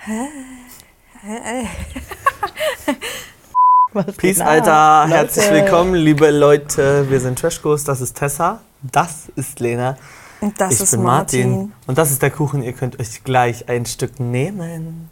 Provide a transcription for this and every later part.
Peace, Alter. Herzlich willkommen, liebe Leute. Wir sind Trashkurs. Das ist Tessa. Das ist Lena. Und das ist Martin. Und das ist der Kuchen. Ihr könnt euch gleich ein Stück nehmen.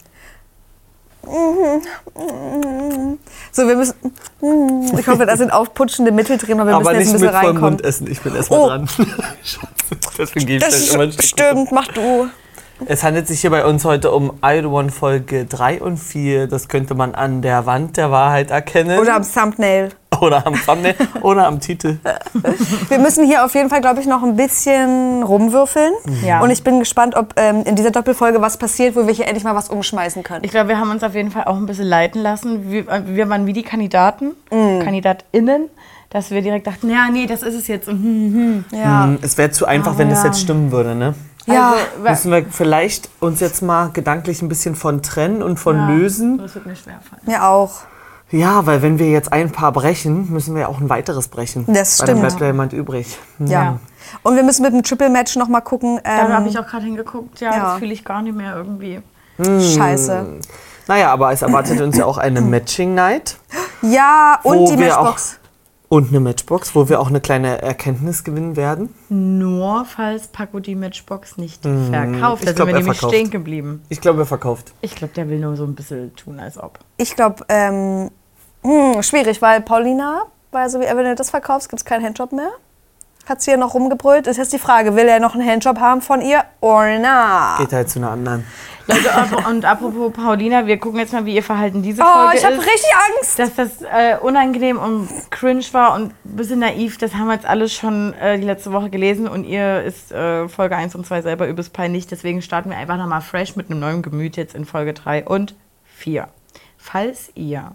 So, wir müssen. Ich hoffe, das sind aufputschende Mittel drin, aber wir müssen jetzt ein bisschen reinkommen. Aber nicht mit vollem Mund essen. Ich bin erstmal dran. Deswegen gebe ich das immer ein Stück. Stimmt, mach du. Es handelt sich hier bei uns heute um Idol Folge 3 und 4. Das könnte man an der Wand der Wahrheit erkennen. Oder am Thumbnail. Oder am Thumbnail. Oder am Titel. Wir müssen hier auf jeden Fall, glaube ich, noch ein bisschen rumwürfeln. Ja. Und ich bin gespannt, ob in dieser Doppelfolge was passiert, wo wir hier endlich mal was umschmeißen können. Ich glaube, wir haben uns auf jeden Fall auch ein bisschen leiten lassen. Wir waren wie die Kandidaten, KandidatInnen, dass wir direkt dachten, ja, nee, das ist es jetzt. Ja. Es wäre zu einfach, wenn das jetzt stimmen würde, ne? Ja. Also, müssen wir vielleicht uns jetzt mal gedanklich ein bisschen von trennen und von lösen. Das wird mir schwerfallen. Mir auch. Ja, weil wenn wir jetzt ein Paar brechen, müssen wir auch ein weiteres brechen. Das stimmt. Weil dann bleibt ja jemand übrig. Ja. Und wir müssen mit dem Triple-Match noch mal gucken. Da habe ich auch gerade hingeguckt. Ja, das fühle ich gar nicht mehr irgendwie. Scheiße. Naja, aber es erwartet uns ja auch eine Matching-Night. Ja, und die Matchbox. Und eine Matchbox, wo wir auch eine kleine Erkenntnis gewinnen werden. Nur falls Paco die Matchbox nicht verkauft. Da sind wir nämlich stehen geblieben. Ich glaube, er verkauft. Ich glaube, der will nur so ein bisschen tun, als ob. Ich glaube, schwierig, weil Paulina, weil so wie wenn du das verkaufst, gibt es keinen Handjob mehr. Hat sie ja noch rumgebrüllt. Ist jetzt die Frage, will er noch einen Handjob haben von ihr oder na? Geht halt zu einer anderen. Leute, und apropos Paulina, wir gucken jetzt mal, wie ihr Verhalten diese Folge ist. Ich habe richtig Angst. Dass das unangenehm und cringe war und ein bisschen naiv, das haben wir jetzt alles schon die letzte Woche gelesen und ihr ist Folge 1 und 2 selber übelst peinlich. Deswegen starten wir einfach nochmal fresh mit einem neuen Gemüt jetzt in Folge 3 und 4. Falls ihr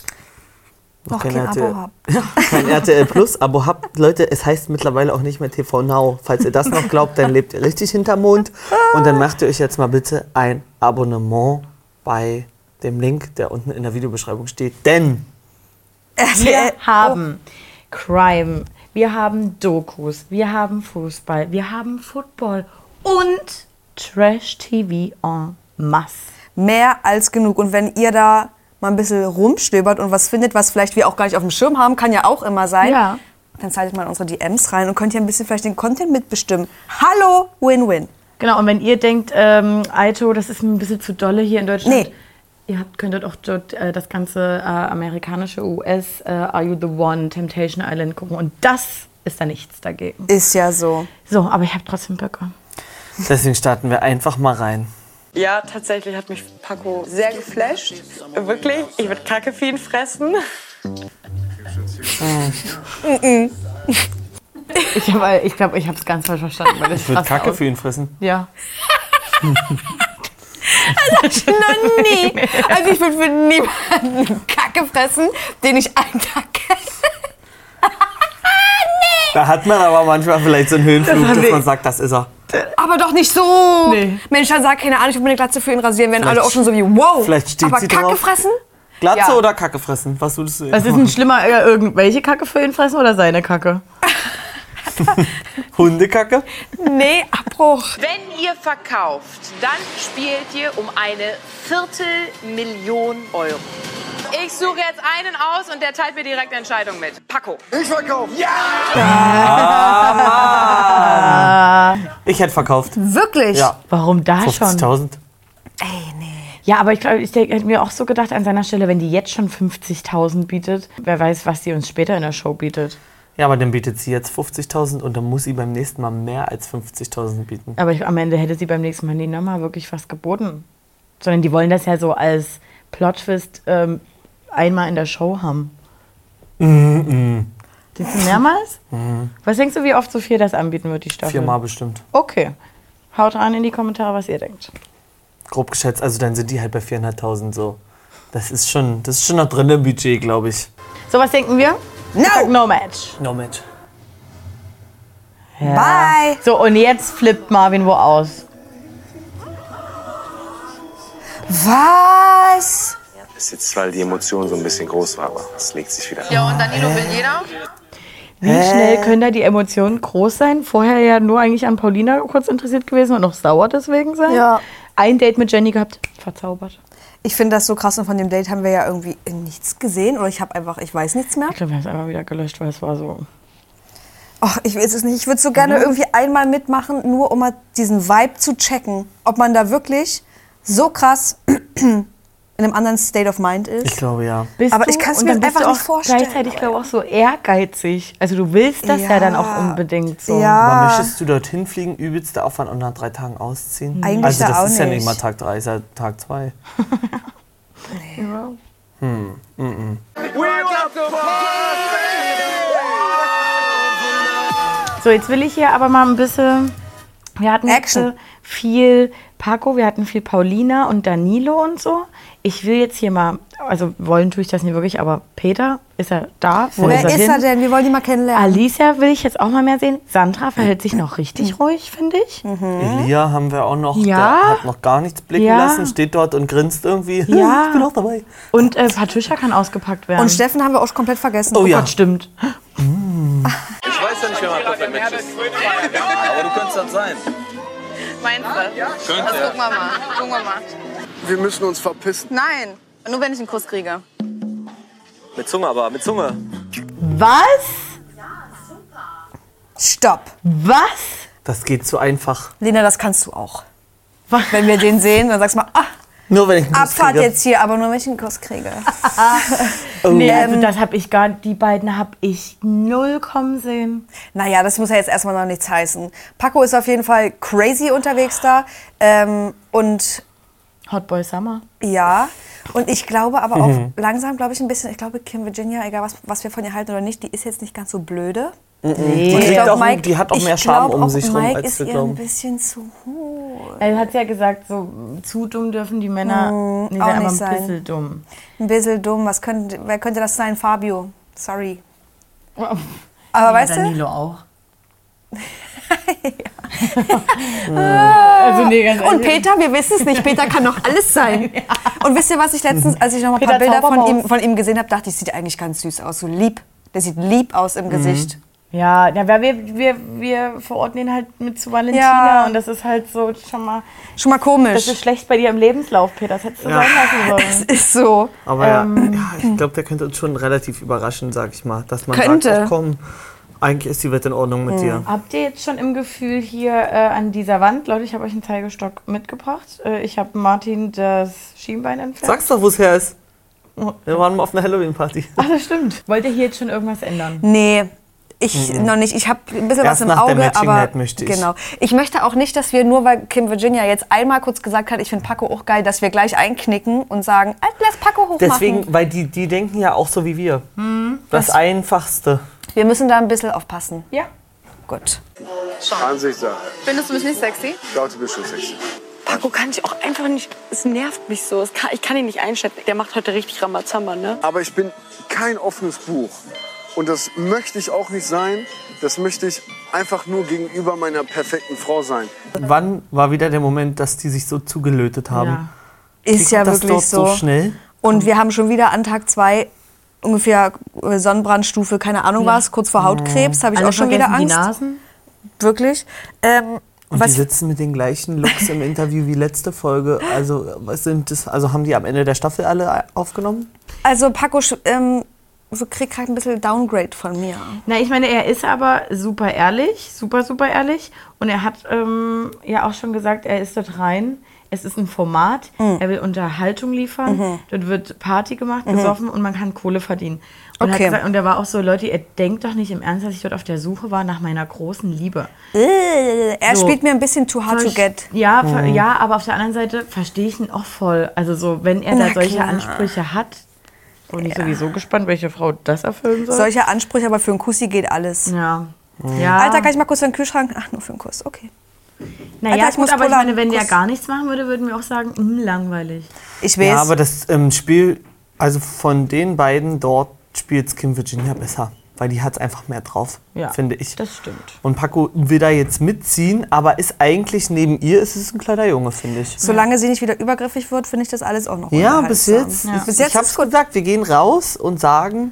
noch kein Abo habt. Ja, kein RTL Plus Abo habt. Leute, es heißt mittlerweile auch nicht mehr TV Now. Falls ihr das noch glaubt, dann lebt ihr richtig hinterm Mond. Und dann macht ihr euch jetzt mal bitte ein Abonnement bei dem Link, der unten in der Videobeschreibung steht. Denn wir haben Crime, wir haben Dokus, wir haben Fußball, wir haben Football und Trash-TV en masse. Mehr als genug. Und wenn ihr da mal ein bisschen rumstöbert und was findet, was vielleicht wir auch gar nicht auf dem Schirm haben, kann ja auch immer sein. Ja. Dann zeitet mal in unsere DMs rein und könnt hier ein bisschen vielleicht den Content mitbestimmen. Hallo, Win-Win. Genau, und wenn ihr denkt, Aito, das ist ein bisschen zu dolle hier in Deutschland, ihr könntet auch dort das ganze amerikanische US Are You The One, Temptation Island gucken und das ist da nichts dagegen. Ist ja so. So, aber ich habe trotzdem Böcke. Deswegen starten wir einfach mal rein. Ja, tatsächlich hat mich Paco sehr geflasht. Wirklich, ich würde Kacke für ihn fressen. Ich glaube, ich habe es ganz falsch verstanden. Weil ich würde Kacke für ihn fressen? Ja. Das noch nie. Also ich würde für niemanden Kacke fressen, den ich einen Tag kenne. Da hat man aber manchmal vielleicht so einen Höhenflug, dass man sagt, das ist er. Aber doch nicht so. Nee. Mensch, dann sag, keine Ahnung, ich würde meine Glatze für ihn rasieren, werden alle auch schon so wie, wow. Vielleicht steht aber sie Kacke drauf. Fressen? Glatze oder Kacke fressen? Was würdest du? Was ist denn schlimmer, irgendwelche Kacke für ihn fressen oder seine Kacke? Hundekacke? Nee, Abbruch. Wenn ihr verkauft, dann spielt ihr um eine 250.000 €. Ich suche jetzt einen aus und der teilt mir direkt eine Entscheidung mit. Paco. Ich verkaufe. Ja! Ich hätte verkauft. Wirklich? Ja. Warum da 50.000. schon? Ey, nee. Ja, aber ich glaube, ich hätte mir auch so gedacht an seiner Stelle, wenn die jetzt schon 50.000 bietet, wer weiß, was sie uns später in der Show bietet. Ja, aber dann bietet sie jetzt 50.000 und dann muss sie beim nächsten Mal mehr als 50.000 bieten. Aber am Ende hätte sie beim nächsten Mal nie nochmal wirklich was geboten. Sondern die wollen das ja so als Plot-Twist einmal in der Show haben. Denkst du mehrmals? Was denkst du, wie oft Sophia das anbieten wird, die Staffel? 4-mal bestimmt. Okay. Haut rein in die Kommentare, was ihr denkt. Grob geschätzt, also dann sind die halt bei 400.000 so. Das ist schon noch drin im Budget, glaube ich. So, was denken wir? No match. No match. Ja. Bye. So, und jetzt flippt Marvin wo aus. Was? Das ist jetzt, weil die Emotion so ein bisschen groß war, aber es legt sich wieder. Ja, und Danilo will jeder? Wie schnell können da die Emotionen groß sein? Vorher ja nur eigentlich an Paulina kurz interessiert gewesen und noch sauer deswegen sein. Ja. Ein Date mit Jenny gehabt, verzaubert. Ich finde das so krass und von dem Date haben wir ja irgendwie nichts gesehen oder ich weiß nichts mehr. Ich glaube, wir haben es einfach wieder gelöscht, weil es war so... Ach, ich weiß es nicht. Ich würde so gerne irgendwie einmal mitmachen, nur um mal diesen Vibe zu checken. Ob man da wirklich so krass in einem anderen State of Mind ist. Ich glaube, ja. Aber ich kann es mir einfach nicht vorstellen. Gleichzeitig, glaube ich, auch so ehrgeizig. Also du willst das ja dann auch unbedingt so. Ja. Aber möchtest du dorthin fliegen, übelster Aufwand und nach 3 Tagen ausziehen? Eigentlich also das ja auch ist ja nicht. nicht mal Tag 3, ist ja Tag 2. So, jetzt will ich hier aber mal ein bisschen... Wir hatten Action. jetzt viel Paco, wir hatten viel Paulina und Danilo und so. Ich will jetzt hier mal, also wollen tue ich das nicht wirklich, aber Peter, ist er da? Wer ist er denn? Wir wollen ihn mal kennenlernen. Alicia will ich jetzt auch mal mehr sehen. Sandra verhält sich noch richtig ruhig, finde ich. Elia haben wir auch noch, Ja. der hat noch gar nichts blicken Ja. lassen, steht dort und grinst irgendwie. Ja. Ich bin auch dabei. Und Patricia kann ausgepackt werden. Und Steffen haben wir auch komplett vergessen. Oh ja. Gott, stimmt. Ich weiß ja nicht, wer mein perfekt Mensch ist. Aber du könntest das sein. Meinst du? Könnte. Das gucken wir mal. Gucken wir mal. Wir müssen uns verpissen. Nein, nur wenn ich einen Kuss kriege. Mit Zunge aber, mit Zunge. Was? Stopp. Was? Das geht zu einfach. Lena, das kannst du auch. Wenn wir den sehen, dann sagst du mal, Nur wenn ich einen Kuss Abfahrt kriege. jetzt hier, aber nur wenn ich einen Kuss kriege. Nee, also das habe ich gar die beiden habe ich null kommen sehen. Naja, das muss ja jetzt erstmal noch nichts heißen. Paco ist auf jeden Fall crazy unterwegs da. Und Hot Boy Summer. ja, und ich glaube aber auch langsam, glaube ich, ein bisschen, ich glaube, Kim Virginia, egal was wir von ihr halten oder nicht, die ist jetzt nicht ganz so blöde. Die, Und kriegt ich glaub, auch, die hat auch mehr Charme um sich rum, Mike als ist wir ihr glauben. ein bisschen zu hoch. Er hat ja gesagt, so zu dumm dürfen die Männer nicht auch sein, aber nicht ein sein. bisschen dumm. Ein bisschen dumm. Wer könnte das sein? Fabio. Sorry. Aber weißt du? Danilo auch. Also nee, ganz Und Peter, wir wissen es nicht. Peter kann doch alles sein. Und wisst ihr, was ich letztens, als ich noch mal ein paar Peter Bilder Zaubermaus. von ihm gesehen habe, dachte ich, sieht eigentlich ganz süß aus. So lieb. Der sieht lieb aus im Gesicht. Ja, weil wir verorten ihn halt mit zu Valentina Ja. und das ist halt so schon mal, Schon mal komisch. das ist schlecht bei dir im Lebenslauf, Peter, das hättest du sein lassen sollen. Ist so. Aber ja, ich glaube, der könnte uns schon relativ überraschen, sag ich mal. Dass man Könnte. sagt, ach komm, eigentlich ist die Welt in Ordnung mit dir. Habt ihr jetzt schon im Gefühl hier an dieser Wand, Leute, ich habe euch einen Zeigestock mitgebracht. Ich habe Martin das Schienbein entfernt. Sag's doch, wo es her ist. Wir waren mal auf einer Halloween-Party. Ach, das stimmt. Wollt ihr hier jetzt schon irgendwas ändern? Nee. Ich noch nicht. Ich habe ein bisschen Erst was im nach der Auge, Matching aber Night möchte ich. genau. Ich möchte auch nicht, dass wir nur, weil Kim Virginia jetzt einmal kurz gesagt hat, ich finde Paco auch geil, dass wir gleich einknicken und sagen, lass Paco hochmachen. Deswegen, weil die denken ja auch so wie wir. Das Einfachste. Wir müssen da ein bisschen aufpassen. Ja. Gut. Ansichtssache. Findest du mich nicht sexy? Doch, du bist schon sexy. Paco kann ich auch einfach nicht, es nervt mich so. Ich kann ihn nicht einschätzen. Der macht heute richtig Ramazamba, ne? Aber ich bin kein offenes Buch. Und das möchte ich auch nicht sein. Das möchte ich einfach nur gegenüber meiner perfekten Frau sein. Wann war wieder der Moment, dass die sich so zugelötet haben? Ja. Ist ja das wirklich dort so so. schnell? Und wir haben schon wieder an Tag 2 ungefähr Sonnenbrandstufe, keine Ahnung was, kurz vor Hautkrebs, habe ich Alle auch schon wieder vergessen Angst. die Nasen. Wirklich. Und die sitzen mit den gleichen Looks im Interview wie letzte Folge. Also, was sind das? Also haben die am Ende der Staffel alle aufgenommen? Also Paco kriegt gerade ein bisschen Downgrade von mir. Na, ich meine, er ist aber super ehrlich, super ehrlich. Und er hat ja auch schon gesagt, er ist dort rein. Es ist ein Format, er will Unterhaltung liefern. Dort wird Party gemacht, gesoffen und man kann Kohle verdienen. Und, Okay. hat gesagt, und er war auch so, Leute, ihr denkt doch nicht im Ernst, dass ich dort auf der Suche war nach meiner großen Liebe. Er So. spielt mir ein bisschen too hard to get. Ja, ja, aber auf der anderen Seite verstehe ich ihn auch voll. Also so, wenn er da Na solche klar. Ansprüche hat, bin ich sowieso gespannt, welche Frau das erfüllen soll. Solche Ansprüche, aber für einen Kussi geht alles. Ja. Ja. Alter, kann ich mal kurz in den Kühlschrank? Ach, nur für einen Kuss, okay. naja, Alter, ich gut, muss aber ich Cola meine, wenn der Kuss. gar nichts machen würde, würden wir auch sagen, langweilig. Ich weiß. Ja, aber das Spiel, also von den beiden dort spielt Kim Virginia besser. Weil die hat es einfach mehr drauf, Ja, finde ich. das stimmt. Und Paco will da jetzt mitziehen, aber ist eigentlich neben ihr ist es ein kleiner Junge, finde ich. Solange sie nicht wieder übergriffig wird, finde ich das alles auch noch Ja, bis jetzt. unterhaltsam. Bis Ich jetzt hab's ist gut. gesagt, wir gehen raus und sagen,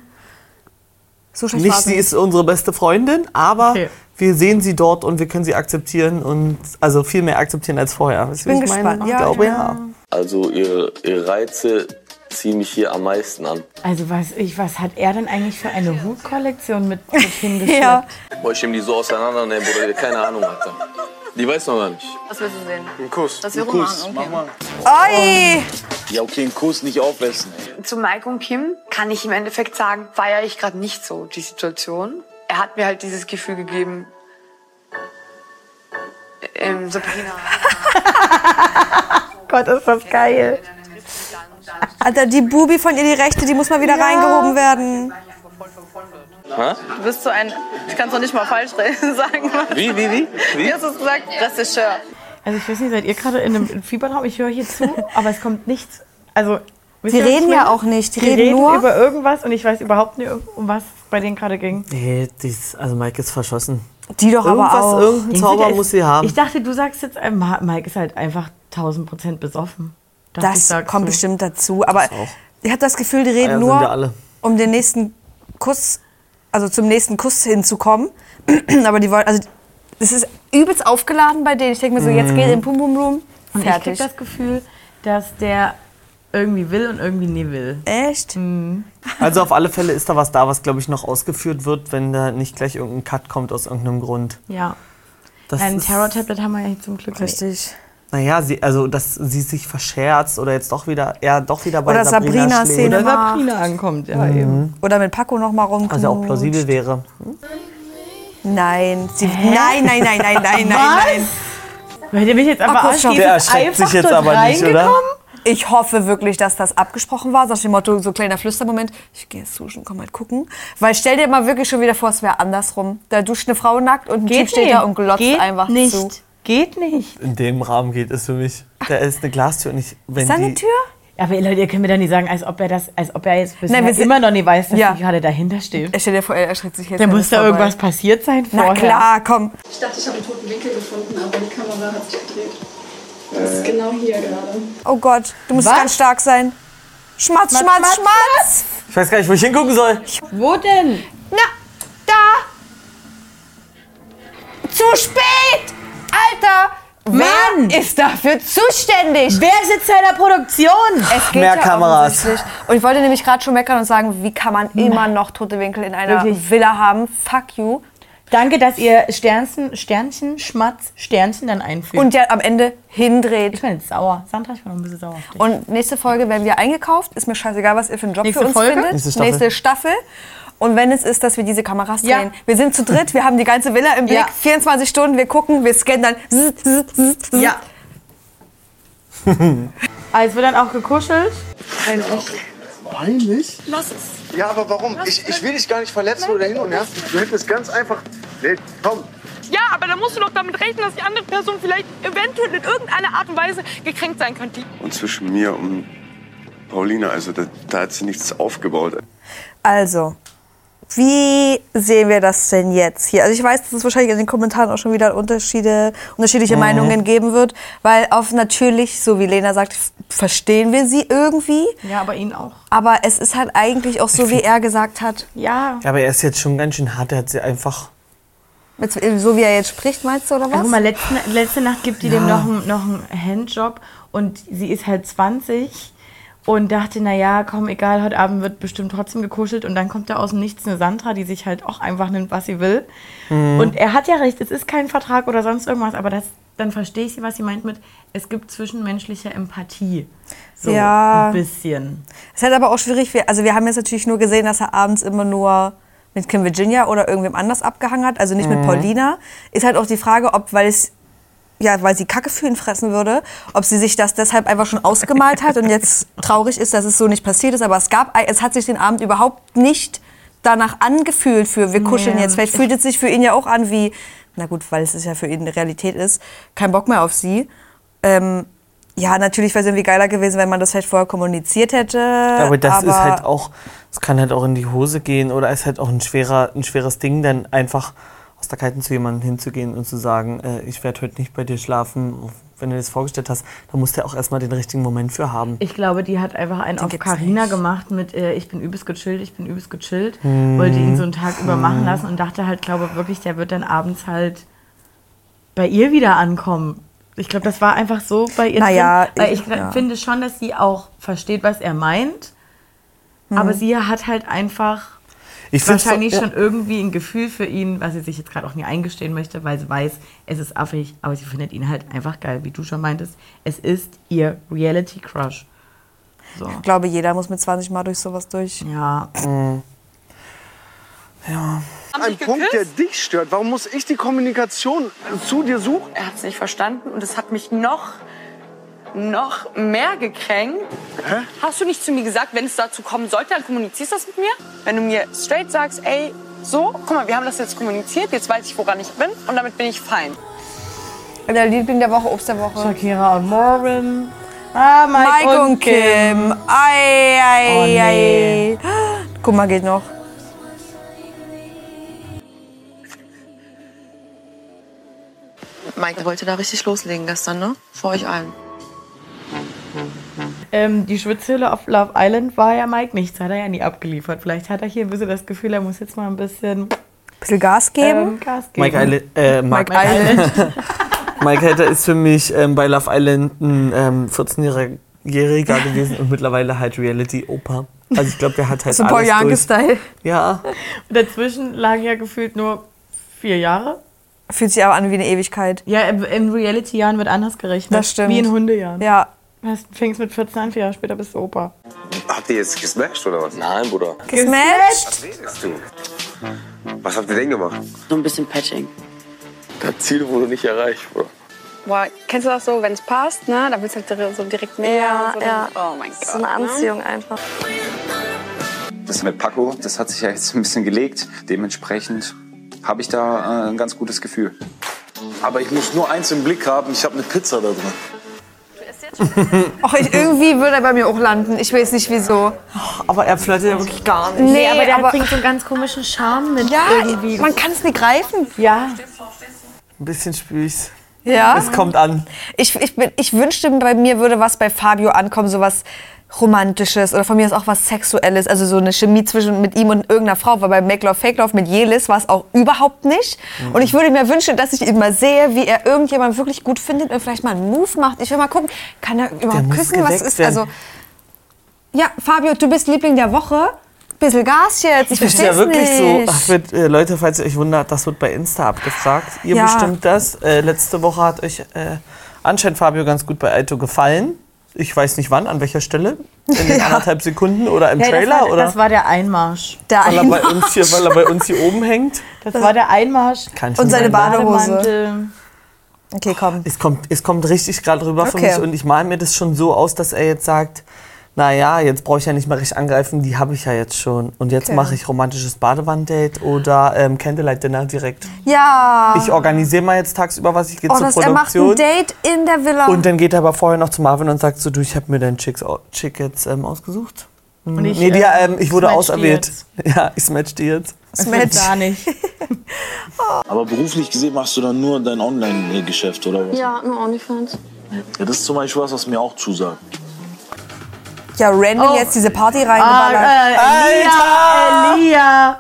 So schlecht nicht war's sie ist unsere beste Freundin, aber Okay. wir sehen sie dort und wir können sie akzeptieren und also viel mehr akzeptieren als vorher. Weißt du, bin wie ich meine? gespannt, Ich ja. glaube, ja. Also ihre Reize ziehen mich hier am meisten an. Also was hat er denn eigentlich für eine Hutkollektion mit hingeschleppt? Ja. Boah, ich nehme die so auseinander, ne, Bruder, der keine Ahnung hat. Die weiß noch gar nicht. Was willst du sehen? Ein Kuss. Das wir rummachen, okay. Mach mal. Oi! Ja, okay, einen Kuss nicht aufessen. Zu Mike und Kim kann ich im Endeffekt sagen, feiere ich gerade nicht so die Situation. Er hat mir halt dieses Gefühl gegeben, Sabrina. Gott, ist das geil. Alter, die Bubi von ihr, die Rechte, die muss mal wieder reingehoben werden. Du bist so ein, ich kann es noch nicht mal falsch sagen. Wie hast du es gesagt? Regisseur. Also ich weiß nicht, seid ihr gerade in einem Fiebertraum? Ich höre hier zu, aber es kommt nichts. Also Die reden ja auch nicht, die reden reden nur über irgendwas und ich weiß überhaupt nicht, um was es bei denen gerade ging. Nee, also Mike ist verschossen. Die doch aber auch. Irgendein Zauber muss sie haben. Ich dachte, du sagst jetzt, Mike ist halt einfach 1000% besoffen. Das kommt bestimmt dazu. Aber ich habe das Gefühl, die reden sind wir nur, alle. um den nächsten Kuss, also zum nächsten Kuss hinzukommen. Aber die wollen, also es ist übelst aufgeladen bei denen. Ich denke mir so, jetzt geht in Pum Pum Room. Und ich Fertig. habe das Gefühl, dass der irgendwie will und irgendwie nie will. Echt? Also auf alle Fälle ist da, was glaube ich noch ausgeführt wird, wenn da nicht gleich irgendein Cut kommt aus irgendeinem Grund. Ja. Das Ein ist- Terror-Tablet haben wir ja zum Glück nicht. Richtig. Naja, dass sie sich verscherzt oder jetzt doch wieder bei Oder Sabrina Sabrina-Szene. schlägt. Oder Sabrina ankommt, ja eben. Oder mit Paco noch mal rumknutscht. Also auch plausibel wäre. Nein, nein. Weil der mich jetzt aber Kuss schon. Der erschreckt sich jetzt aber nicht, oder? Ich hoffe wirklich, dass das abgesprochen war. So nach dem Motto, so kleiner Flüstermoment. Ich gehe jetzt duschen, komm mal gucken. Weil stell dir mal wirklich schon wieder vor, es wäre andersrum. Da duscht eine Frau nackt und ein Typ steht da und glotzt einfach nicht. zu. Geht nicht. In dem Rahmen geht es für mich. Da ist eine Glastür und ich, wenn Ist da eine die, Tür? Aber Leute, ihr könnt mir doch nicht sagen, als ob er jetzt bisher Nein, wir sind- immer noch nicht weiß, dass Ja. die gerade dahinter steht. Stell dir vor, er erschreckt sich jetzt. Da wenn muss es da vorbei irgendwas ist. passiert sein vorher. Na klar, komm. Ich dachte, ich habe einen toten Winkel gefunden, aber die Kamera hat sich gedreht. Das ist genau hier gerade. Oh Gott, du musst Was? ganz stark sein. Schmatz, schmatz, schmatz. ich weiß gar nicht, wo ich hingucken soll. Wo denn? Na, da. Zu spät. Alter, Mann! wer ist dafür zuständig? Wer sitzt da in der Produktion? Es geht Mehr ja Kameras. offensichtlich. Und ich wollte nämlich gerade schon meckern und sagen, wie kann man immer noch tote Winkel in einer Wirklich? Villa haben? Fuck you. Danke, dass ihr Sternchen, Schmatz, Sternchen dann einfügt. Und ja am Ende hindreht. ich bin jetzt sauer. Sandra, ich war noch ein bisschen sauer auf dich. Und nächste Folge werden wir eingekauft. Ist mir scheißegal, was ihr für einen Job Nächste für uns Folge? findet. Nächste Staffel. Staffel. Und wenn es ist, dass wir diese Kameras Ja. drehen. Wir sind zu dritt, wir haben die ganze Villa im Blick. Ja. 24 Stunden, wir gucken, wir scannen dann. Ja. Also wird dann auch gekuschelt. Peinlich? Lass es. Ja, aber warum? Ich will dich gar nicht verletzen oder hin und her. Du hättest ganz einfach... Nee, komm. Ja, aber da musst du doch damit rechnen, dass die andere Person vielleicht eventuell in irgendeiner Art und Weise gekränkt sein könnte. Und zwischen mir und Paulina, also da hat sie nichts aufgebaut. Also, wie sehen wir das denn jetzt hier? Also ich weiß, dass es wahrscheinlich in den Kommentaren auch schon wieder unterschiedliche Meinungen geben wird, weil auf natürlich, so wie Lena sagt, verstehen wir sie irgendwie. Ja, aber ihn auch. Aber es ist halt eigentlich auch so, wie er gesagt hat. Ja. Ja, aber er ist jetzt schon ganz schön hart. Er hat sie einfach. So wie er jetzt spricht, meinst du, oder was? Guck mal, letzte Nacht gibt die dem noch einen Handjob und sie ist halt 20 und dachte, naja, komm, egal, heute Abend wird bestimmt trotzdem gekuschelt und dann kommt da aus dem Nichts eine Sandra, die sich halt auch einfach nimmt, was sie will. Und er hat ja recht, es ist kein Vertrag oder sonst irgendwas, aber dann verstehe ich sie, was sie meint mit, es gibt zwischenmenschliche Empathie. So Ja. ein bisschen. Es ist halt aber auch schwierig, wir haben jetzt natürlich nur gesehen, dass er abends immer nur mit Kim Virginia oder irgendwem anders abgehangen hat, also nicht mit Paulina. Ist halt auch die Frage, ob, weil sie Kacke für ihn fressen würde, ob sie sich das deshalb einfach schon ausgemalt hat und jetzt traurig ist, dass es so nicht passiert ist. Aber es hat sich den Abend überhaupt nicht danach angefühlt für wir kuscheln jetzt. Vielleicht fühlt es sich für ihn ja auch an wie, na gut, weil es ja für ihn eine Realität ist, kein Bock mehr auf sie. Ja, natürlich wäre es irgendwie geiler gewesen, wenn man das halt vorher kommuniziert hätte. Ja, aber das ist halt auch, es kann halt auch in die Hose gehen oder ist halt auch ein schweres Ding, dann einfach aus der Kalten zu jemandem hinzugehen und zu sagen, ich werde heute nicht bei dir schlafen. Wenn du das vorgestellt hast, dann musst du ja auch erstmal den richtigen Moment für haben. Ich glaube, die hat einfach einen auf Carina gemacht mit ich bin übelst gechillt. Wollte ihn so einen Tag über machen lassen und dachte halt, glaube wirklich, der wird dann abends halt bei ihr wieder ankommen. Ich glaube, das war einfach so bei ihr Naja, drin. Weil ich finde schon, dass sie auch versteht, was er meint. Aber sie hat halt einfach wahrscheinlich schon irgendwie ein Gefühl für ihn, was sie sich jetzt gerade auch nie eingestehen möchte, weil sie weiß, es ist affig, aber sie findet ihn halt einfach geil, wie du schon meintest. Es ist ihr Reality-Crush. So. Ich glaube, jeder muss mit 20 Mal durch sowas durch. Ja. Ja. Ein Punkt, der dich stört. Warum muss ich die Kommunikation zu dir suchen? Er hat es nicht verstanden und es hat mich noch mehr gekränkt. Hä? Hast du nicht zu mir gesagt, wenn es dazu kommen sollte, dann kommunizierst du das mit mir? Wenn du mir straight sagst, ey, so, guck mal, wir haben das jetzt kommuniziert, jetzt weiß ich, woran ich bin und damit bin ich fein. Der Liebling der Woche, Obst der Woche. Shakira und Marvin. Mike und Kim. Ei. Guck mal, geht noch. Mike wollte da richtig loslegen gestern, ne? Vor euch allen. Die Schwitzhöhle auf Love Island war ja Mike nichts, hat er ja nie abgeliefert. Vielleicht hat er hier ein bisschen das Gefühl, er muss jetzt mal ein bisschen Gas geben. Mike Island. Mike Hatter ist für mich bei Love Island ein 14-Jähriger gewesen und mittlerweile halt Reality-Opa. Also ich glaube, der hat halt so ein Paul Janke-Style. Ja. Und dazwischen lagen ja gefühlt nur 4 Jahre. Fühlt sich aber an wie eine Ewigkeit. Ja, in Reality-Jahren wird anders gerechnet. Das stimmt. Wie in Hundejahren. Ja. Du fängst mit 14 an, 4 Jahre später bist du Opa. Habt ihr jetzt gesmasht oder was? Nein, Bruder. Gesmatcht? Was redest du? Was habt ihr denn gemacht? So ein bisschen Patching. Das Ziel wurde nicht erreicht, Bruder. Boah, kennst du das so, wenn es passt, ne? Da willst du halt so direkt mehr. Ja, so ja. Oh mein Gott. So eine Anziehung einfach. Das mit Paco, das hat sich ja jetzt ein bisschen gelegt. Dementsprechend habe ich da ein ganz gutes Gefühl. Aber ich muss nur eins im Blick haben, ich habe eine Pizza da drin. Och, irgendwie würde er bei mir auch landen. Ich weiß nicht wieso. Aber er flirtet ja wirklich gar nicht. Nee, aber der bringt so einen ganz komischen Charme mit irgendwie. Man kann es nicht greifen. Ja. Ein bisschen spür ich's. Ja. Es kommt an. Ich wünschte, bei mir würde was bei Fabio ankommen, so was Romantisches oder von mir ist auch was Sexuelles, also so eine Chemie mit ihm und irgendeiner Frau, weil bei Make Love Fake Love mit Jelis war es auch überhaupt nicht. Und ich würde mir wünschen, dass ich ihn mal sehe, wie er irgendjemand wirklich gut findet und vielleicht mal einen Move macht. Ich will mal gucken, kann er überhaupt küssen, was ist also. Ja, Fabio, du bist Liebling der Woche. Bisschen Gas jetzt, ich verstehe es wirklich nicht. so. Leute, falls ihr euch wundert, das wird bei Insta abgefragt. Ihr bestimmt das. Letzte Woche hat euch anscheinend Fabio ganz gut bei Aito gefallen. Ich weiß nicht wann, an welcher Stelle. In den 1,5 Sekunden oder im Trailer? Das war der Einmarsch. Weil er bei uns hier oben hängt. Das war der Einmarsch. Und seine Badehose. Okay, komm. Es kommt richtig gerade rüber für mich und ich male mir das schon so aus, dass er jetzt sagt, naja, jetzt brauche ich ja nicht mehr richtig angreifen, die habe ich ja jetzt schon. Und jetzt mache ich romantisches Badewanddate oder Candlelight-Dinner direkt. Ja. Ich organisiere mal jetzt tagsüber was, ich gehe zur Produktion. Er macht ein Date in der Villa. Und dann geht er aber vorher noch zu Marvin und sagt so, du, ich habe mir deinen Chick jetzt ausgesucht. Und ich wurde auserwählt. Ja, ich smatch die jetzt. Smatch gar nicht. Aber beruflich gesehen machst du dann nur dein Online-Geschäft, oder was? Ja, nur OnlyFans. Ja, das ist zum Beispiel was mir auch zusagt. Ja, random jetzt diese Party reingeballert. Elia!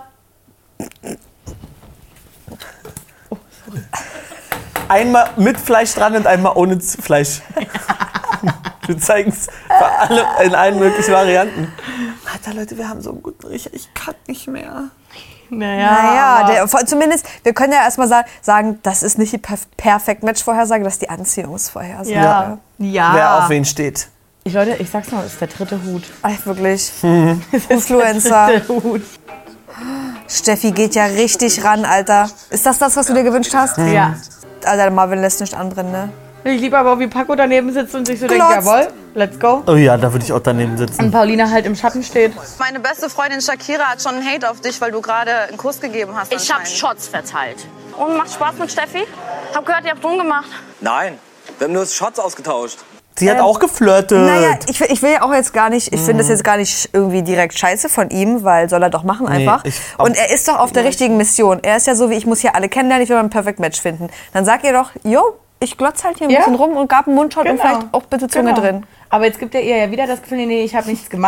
Oh, sorry. Einmal mit Fleisch dran und einmal ohne Fleisch. Wir zeigen es in allen möglichen Varianten. Alter, Leute, wir haben so einen guten Riecher. Ich kann nicht mehr. Naja, zumindest, wir können ja erstmal sagen, das ist nicht die Perfekt-Match-Vorhersage, das ist die Anziehungsvorhersage. Ja. Wer auf wen steht. Leute, ich sag's mal, das ist der 3. Hut. Ach, wirklich. Influencer. Der 3. Hut. Steffi geht ja richtig ran, Alter. Ist das, was du dir gewünscht hast? Ja. Alter, der Marvin lässt nicht anbrennen, ne? Ich liebe aber auch, wie Paco daneben sitzt und sich so denkt, jawohl, let's go. Oh ja, da würde ich auch daneben sitzen. Und Paulina halt im Schatten steht. Meine beste Freundin Shakira hat schon einen Hate auf dich, weil du gerade einen Kuss gegeben hast. Ich habe Shots verteilt. Und macht Spaß mit Steffi? Hab gehört, ihr habt rumgemacht. Nein, wir haben nur Shots ausgetauscht. Sie hat auch geflirtet. Naja, ich will ja auch jetzt gar nicht, ich finde das jetzt gar nicht irgendwie direkt scheiße von ihm, weil soll er doch machen einfach. Und er ist doch auf der richtigen Mission. Er ist ja so wie, ich muss hier alle kennenlernen, ich will mal ein Perfect Match finden. Dann sag ihr doch, jo, ich glotz halt hier ein bisschen rum und gab einen Mundschutz und vielleicht auch bitte Zunge drin. Aber jetzt gibt er ihr ja wieder das Gefühl, nee, ich habe nichts gemacht.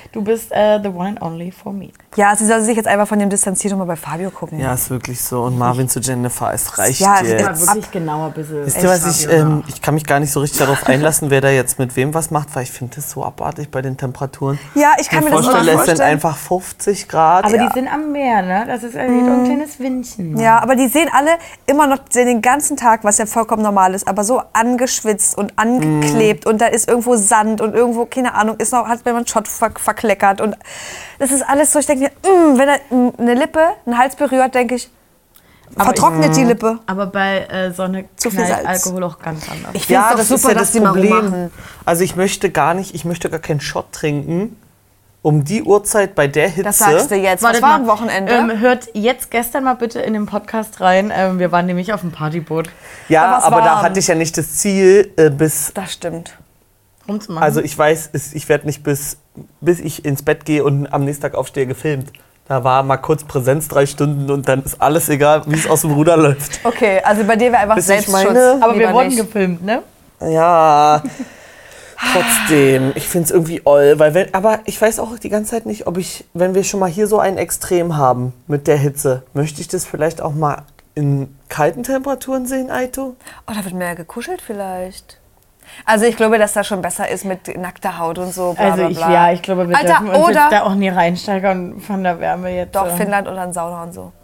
du bist the one and only for me. Ja, sie soll sich jetzt einfach von dem distanzieren und mal bei Fabio gucken. Ja, ist wirklich so. Und Marvin zu Jennifer, es reicht ja, jetzt. Ja, wirklich genauer ein bisschen. Wisst ihr, was ich kann mich gar nicht so richtig darauf einlassen, wer da jetzt mit wem was macht, weil ich finde das so abartig bei den Temperaturen. Ja, ich kann mir das vorstellen. Es sind einfach 50 Grad. Aber die sind am Meer, ne? Das ist irgendwie ein kleines Windchen. Ja, aber die sehen alle immer noch den ganzen Tag, was ja vollkommen normal ist, aber so angeschwitzt und angeklebt und da ist irgendwo Sand und irgendwo, keine Ahnung, ist noch, hat man einen Schott verkleckert und das ist alles so, ich denke mir, wenn er eine Lippe, einen Hals berührt, denke ich, vertrocknet die Lippe. Aber bei Sonne knallt Alkohol auch ganz anders. Ich finde es doch super, dass die mal rummachen. Also ich möchte gar keinen Shot trinken. Um die Uhrzeit bei der Hitze. Das sagst du jetzt. Was war am Wochenende? Hört jetzt gestern mal bitte in den Podcast rein. Wir waren nämlich auf dem Partyboot. Ja, aber da hatte ich ja nicht das Ziel, bis... Das stimmt. Rumzumachen. Also ich weiß, ich werde nicht bis ich ins Bett gehe und am nächsten Tag aufstehe gefilmt. Da war mal kurz Präsenz 3 Stunden und dann ist alles egal, wie es aus dem Ruder läuft. Okay, also bei dir wäre einfach Selbstschutz. Aber wir wurden gefilmt, ne? Ja... Trotzdem, ich finde es irgendwie oll, aber ich weiß auch die ganze Zeit nicht, wenn wir schon mal hier so ein Extrem haben mit der Hitze, möchte ich das vielleicht auch mal in kalten Temperaturen sehen, Aito? Oh, da wird mehr gekuschelt vielleicht. Also ich glaube, dass das schon besser ist mit nackter Haut und so, bla, bla, bla. Ich glaube, wir dürfen uns jetzt da auch nie reinsteigern von der Wärme jetzt. Doch, Finnland und dann Sauna und so.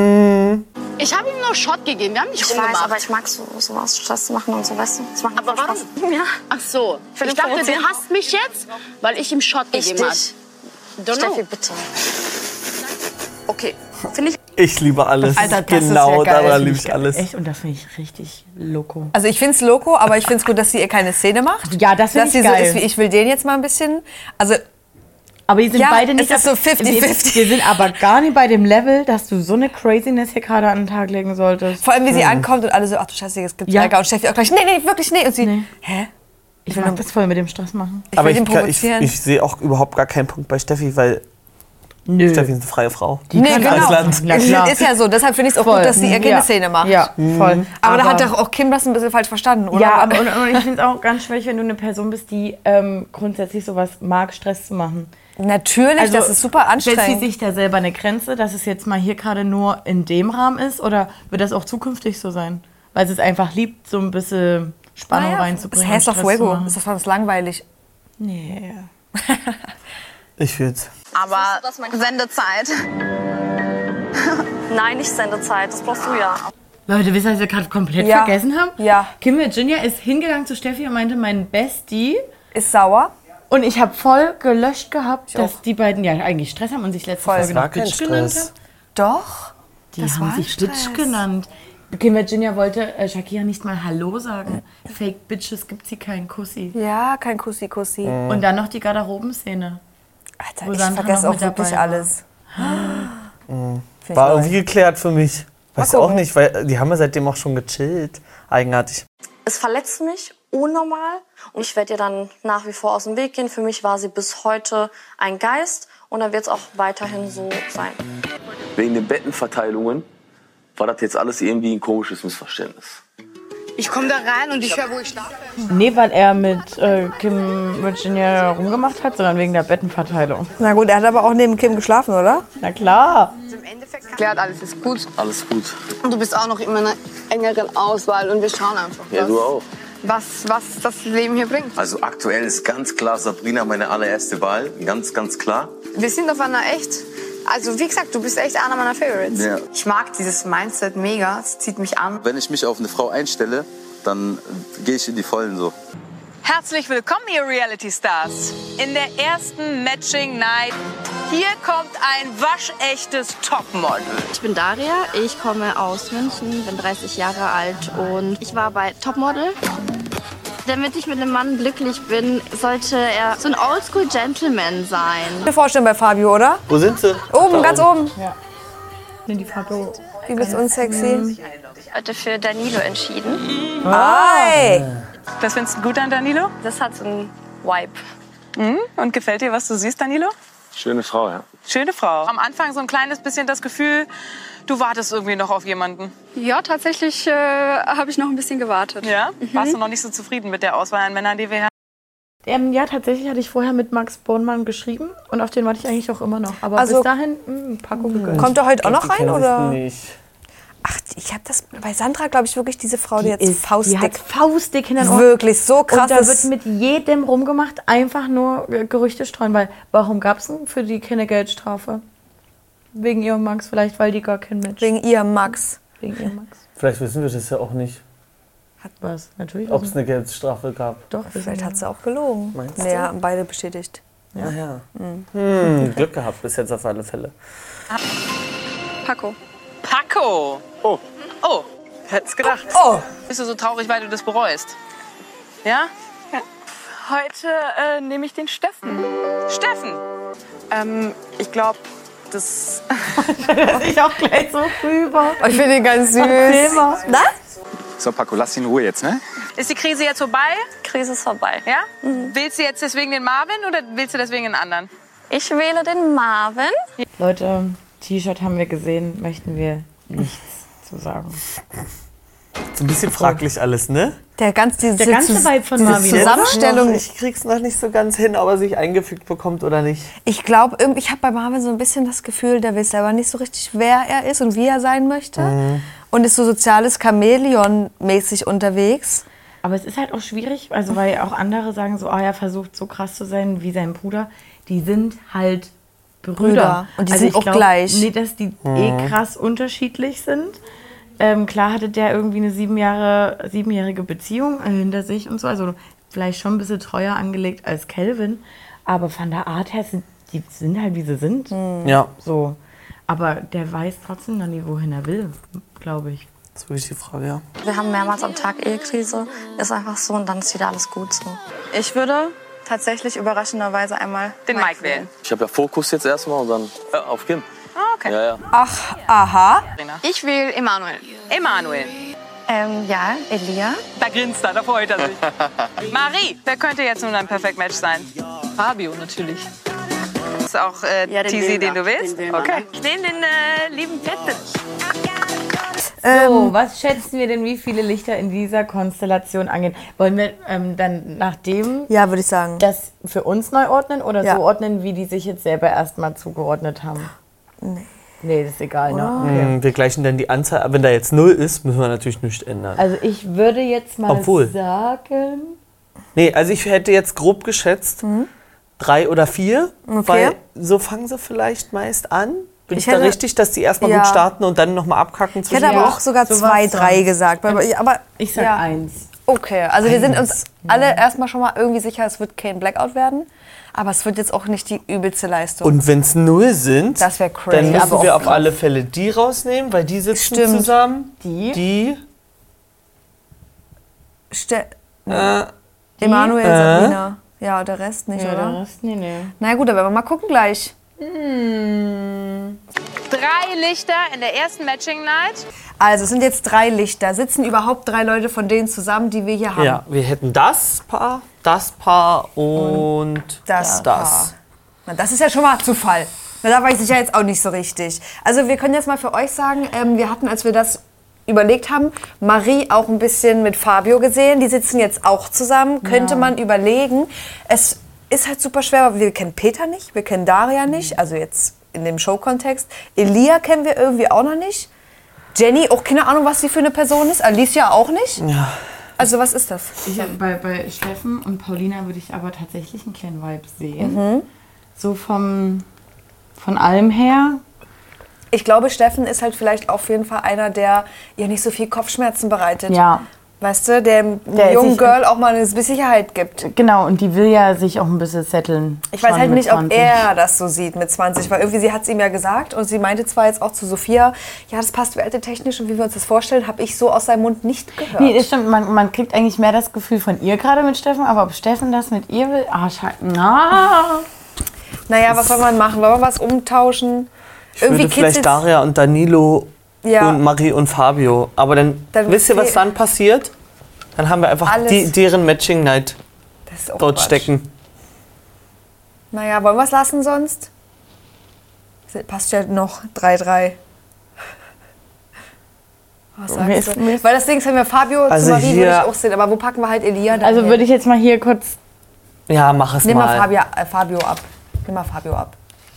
Ich habe ihm nur Shot gegeben, wir haben nicht rumgemacht. Ich weiß, aber ich mag sowas, Stress zu machen und so, weißt du? Das macht aber warum? Spaß. Ja. Ach so, ich dachte, du hasst mich jetzt, weil ich ihm Shot gegeben habe. Steffi, bitte. Okay, finde ich... Ich liebe alles. Alter, das genau, ist ja geil. daran liebe ich alles. Echt, und das finde ich richtig loco. Also ich finde es loco, aber ich finde es gut, dass sie ihr keine Szene macht. Ja, das finde ich geil. Dass sie so ist, wie ich will den jetzt mal ein bisschen... Also aber die sind beide nicht... Es ist so 50-50. Wir sind aber gar nicht bei dem Level, dass du so eine Craziness hier gerade an den Tag legen solltest. Vor allem, wie sie ankommt und alle so, ach du Scheiße, jetzt gibt's Ärger. Und Steffi auch gleich, nee, wirklich, nee. Und sie, hä? Ich will das voll mit dem Stress machen. Aber ich sehe auch überhaupt gar keinen Punkt bei Steffi, weil Steffi ist eine freie Frau. Nee, genau. Ist ja so, deshalb finde ich es auch gut, dass sie ihr keine Szene macht. Ja, voll. Aber da hat doch auch Kim das ein bisschen falsch verstanden, oder? Ja, und ich finde es auch ganz schwierig, wenn du eine Person bist, die grundsätzlich sowas mag, Stress zu machen. Natürlich, also, das ist super anstrengend. Setzt sie sich da selber eine Grenze, dass es jetzt mal hier gerade nur in dem Rahmen ist? Oder wird das auch zukünftig so sein? Weil sie es einfach liebt, so ein bisschen Spannung reinzubringen. Das heißt doch Fuego. Ist das sonst langweilig? Nee. Ich fühl's. Aber Sendezeit. Nein, nicht Sendezeit, das brauchst du ja. Leute, wisst ihr, was wir gerade komplett vergessen haben? Ja. Kim Virginia ist hingegangen zu Steffi und meinte, mein Bestie ist sauer. Und ich habe voll gelöscht gehabt, dass die beiden ja eigentlich Stress haben und sich letzte Folge noch Bitch genannt haben. Doch. Die haben sich Bitch genannt. Kim Virginia wollte Shakira nicht mal Hallo sagen. Fake Bitches gibt sie keinen Kussi. Ja, kein Kussi. Und dann noch die Garderobenszene. Alter, ich vergesse auch wirklich alles. War irgendwie geklärt für mich. Weiß auch nicht, weil die haben ja seitdem auch schon gechillt. Eigenartig. Es verletzt mich unnormal und ich werde ihr dann nach wie vor aus dem Weg gehen. Für mich war sie bis heute ein Geist und dann wird es auch weiterhin so sein. Wegen den Bettenverteilungen war das jetzt alles irgendwie ein komisches Missverständnis. Ich komme da rein und ich höre, wo ich schlafe. Nee, weil er mit Kim Virginia rumgemacht hat, sondern wegen der Bettenverteilung. Na gut, er hat aber auch neben Kim geschlafen, oder? Na klar. Im Endeffekt klärt, alles ist gut. Alles gut. Und du bist auch noch in einer engeren Auswahl und wir schauen einfach, Ja, du auch. was das Leben hier bringt. Also aktuell ist ganz klar Sabrina meine allererste Wahl. Ganz, ganz klar. Wir sind auf einer also wie gesagt, du bist echt einer meiner Favorites. Ja. Ich mag dieses Mindset mega, es zieht mich an. Wenn ich mich auf eine Frau einstelle, dann gehe ich in die Vollen so. Herzlich willkommen, ihr Reality Stars. In der ersten Matching Night. Hier kommt ein waschechtes Topmodel. Ich bin Daria, ich komme aus München, bin 30 Jahre alt und ich war bei Topmodel. Damit ich mit einem Mann glücklich bin, sollte er so ein Oldschool-Gentleman sein. Ich kann mir vorstellen bei Fabio, oder? Wo sind sie? Oben, ganz oben. Ja. Die Fabio. Übelst unsexy. Ich hatte für Danilo entschieden. Hi! Was findest du gut an Danilo? Das hat so einen Vibe. Und gefällt dir, was du siehst, Danilo? Schöne Frau, ja. Schöne Frau. Am Anfang so ein kleines bisschen das Gefühl, du wartest irgendwie noch auf jemanden. Ja, tatsächlich habe ich noch ein bisschen gewartet. Ja? Warst du noch nicht so zufrieden mit der Auswahl an Männern, die wir haben? Ja, tatsächlich hatte ich vorher mit Max Bornmann geschrieben und auf den warte ich eigentlich auch immer noch. Aber bis dahin, Paco gegönnt. Kommt er heute auch noch rein, oder? Nicht. Ach, ich habe das bei Sandra, glaube ich, wirklich diese Frau, die jetzt faustdick. Die hat faustdick hinter den Ohren. Wirklich, so krass. Und da wird mit jedem rumgemacht, einfach nur Gerüchte streuen. Weil, warum gab es denn für die keine Geldstrafe? Wegen ihrem Max, vielleicht, weil die gar kein Match. Wegen ihrem Max. Wegen ihrem Max. Vielleicht wissen wir das ja auch nicht. Hat was, natürlich. Ob es eine Geldstrafe gab. Doch, vielleicht hat sie auch gelogen. Meinst du? Naja, haben beide bestätigt. Ja. Glück gehabt bis jetzt auf alle Fälle. Paco. Paco. Oh. Oh, hätt's gedacht. Oh. Bist du so traurig, weil du das bereust? Ja? Ja. Heute nehme ich den Steffen. Steffen. Ich glaube, das... Ich auch gleich so rüber. Ich finde ihn ganz süß. Na? So, Paco, lass ihn in Ruhe jetzt, ne? Ist die Krise jetzt vorbei? Krise ist vorbei. Ja? Willst du jetzt deswegen den Marvin oder willst du deswegen einen anderen? Ich wähle den Marvin. Leute, T-Shirt haben wir gesehen, möchten wir nichts zu sagen. So ein bisschen fraglich alles, ne? Der ganze Vibe von Marvin. Zusammenstellung. Ich krieg's noch nicht so ganz hin, ob er sich eingefügt bekommt oder nicht. Ich glaube, ich habe bei Marvin so ein bisschen das Gefühl, der weiß selber nicht so richtig, wer er ist und wie er sein möchte. Und ist so soziales Chamäleon-mäßig unterwegs. Aber es ist halt auch schwierig, also weil auch andere sagen so, er versucht so krass zu sein wie sein Bruder. Die sind halt Brüder. Und die sind auch gleich. Nee, dass die krass unterschiedlich sind. Klar hatte der irgendwie eine 7-jährige Beziehung hinter sich und so. Also vielleicht schon ein bisschen treuer angelegt als Calvin. Aber von der Art her die sind halt, wie sie sind. Ja. So. Aber der weiß trotzdem noch nie, wohin er will, glaube ich. Das ist wirklich die Frage, ja. Wir haben mehrmals am Tag Ehekrise. Ist einfach so und dann ist wieder alles gut so. Ich würde tatsächlich überraschenderweise einmal Den Mike wählen. Ich habe ja Fokus jetzt erstmal und dann auf Kim. Ah, okay. Ja. Ach, aha. Ich will Emanuel. Emanuel. Ja, Elia. Da grinst er, da freut er sich. Marie, wer könnte jetzt nun ein Perfect Match sein? Fabio natürlich. Ist auch Tizi, den du willst? Okay. Ich nehme den lieben Petten. So, was schätzen wir denn, wie viele Lichter in dieser Konstellation angehen? Wollen wir dann nachdem würde ich sagen, das für uns neu ordnen oder so ordnen, wie die sich jetzt selber erstmal zugeordnet haben? Nee, das ist egal. Ne? Okay. Wir gleichen dann die Anzahl. Wenn da jetzt 0 ist, müssen wir natürlich nichts ändern. Also ich würde jetzt mal sagen... Nee, also ich hätte jetzt grob geschätzt 3 oder 4, weil so fangen sie vielleicht meist an. Bin ich da richtig, dass die erstmal gut starten und dann nochmal abkacken? Ich hätte aber auch sogar 2, 3 gesagt. Aber ich sag 1. Okay, also wir sind uns alle erstmal schon mal irgendwie sicher, es wird kein Blackout werden. Aber es wird jetzt auch nicht die übelste Leistung. Und wenn es 0 sind, das wäre crazy. Dann müssen wir auf alle Fälle die rausnehmen, weil die sitzen zusammen. Die? Emanuel, Sabrina. Ja, der Rest nicht, ja, oder? Der Rest, nee. Na gut, aber mal gucken gleich. 3 Lichter in der ersten Matching Night. Also es sind jetzt 3 Lichter. Sitzen überhaupt 3 Leute von denen zusammen, die wir hier haben? Ja, wir hätten das Paar und das Paar. Na, das ist ja schon mal Zufall. Na, da weiß ich ja jetzt auch nicht so richtig. Also wir können jetzt mal für euch sagen, wir hatten, als wir das überlegt haben, Marie auch ein bisschen mit Fabio gesehen. Die sitzen jetzt auch zusammen. Könnte man überlegen. Es ist halt super schwer, aber wir kennen Peter nicht, wir kennen Daria nicht, also jetzt in dem Show-Kontext. Elia kennen wir irgendwie auch noch nicht. Jenny, auch keine Ahnung, was sie für eine Person ist. Alicia auch nicht. Ja. Also was ist das? Bei Steffen und Paulina würde ich aber tatsächlich einen kleinen Vibe sehen. So von allem her. Ich glaube, Steffen ist halt vielleicht auf jeden Fall einer, der ihr nicht so viel Kopfschmerzen bereitet. Ja. Weißt du, der jungen Girl auch mal eine Sicherheit gibt. Genau, und die will ja sich auch ein bisschen setteln. Ich weiß halt nicht, ob er das so sieht mit 20, weil irgendwie sie hat es ihm ja gesagt und sie meinte zwar jetzt auch zu Sophia, ja, das passt wertetechnisch und wie wir uns das vorstellen, habe ich so aus seinem Mund nicht gehört. Nee, das stimmt, man kriegt eigentlich mehr das Gefühl von ihr gerade mit Steffen, aber ob Steffen das mit ihr will, Naja, was soll man machen? Wollen wir was umtauschen? Ich würde vielleicht Daria und Danilo und Marie und Fabio. Aber dann wisst ihr, was dann passiert? Dann haben wir einfach deren Matching Night dort stecken. Naja, wollen wir es lassen sonst? Passt ja noch 3-3. Was sagst du? Weil das Ding ist, wenn wir Fabio zu Marie würde ich auch sehen. Aber wo packen wir halt Elia? Also würde ich jetzt mal hier kurz Ja, mach es Nimm mal. Fabio ab. Nimm mal Fabio ab.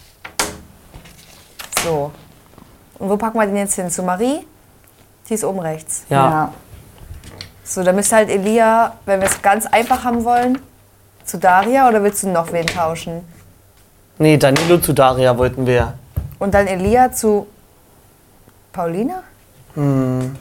So. Und wo packen wir den jetzt hin? Zu Marie? Die ist oben rechts. Ja. So, dann müsste halt Elia, wenn wir es ganz einfach haben wollen, zu Daria oder willst du noch wen tauschen? Nee, Danilo zu Daria wollten wir. Und dann Elia zu Paulina? Hm.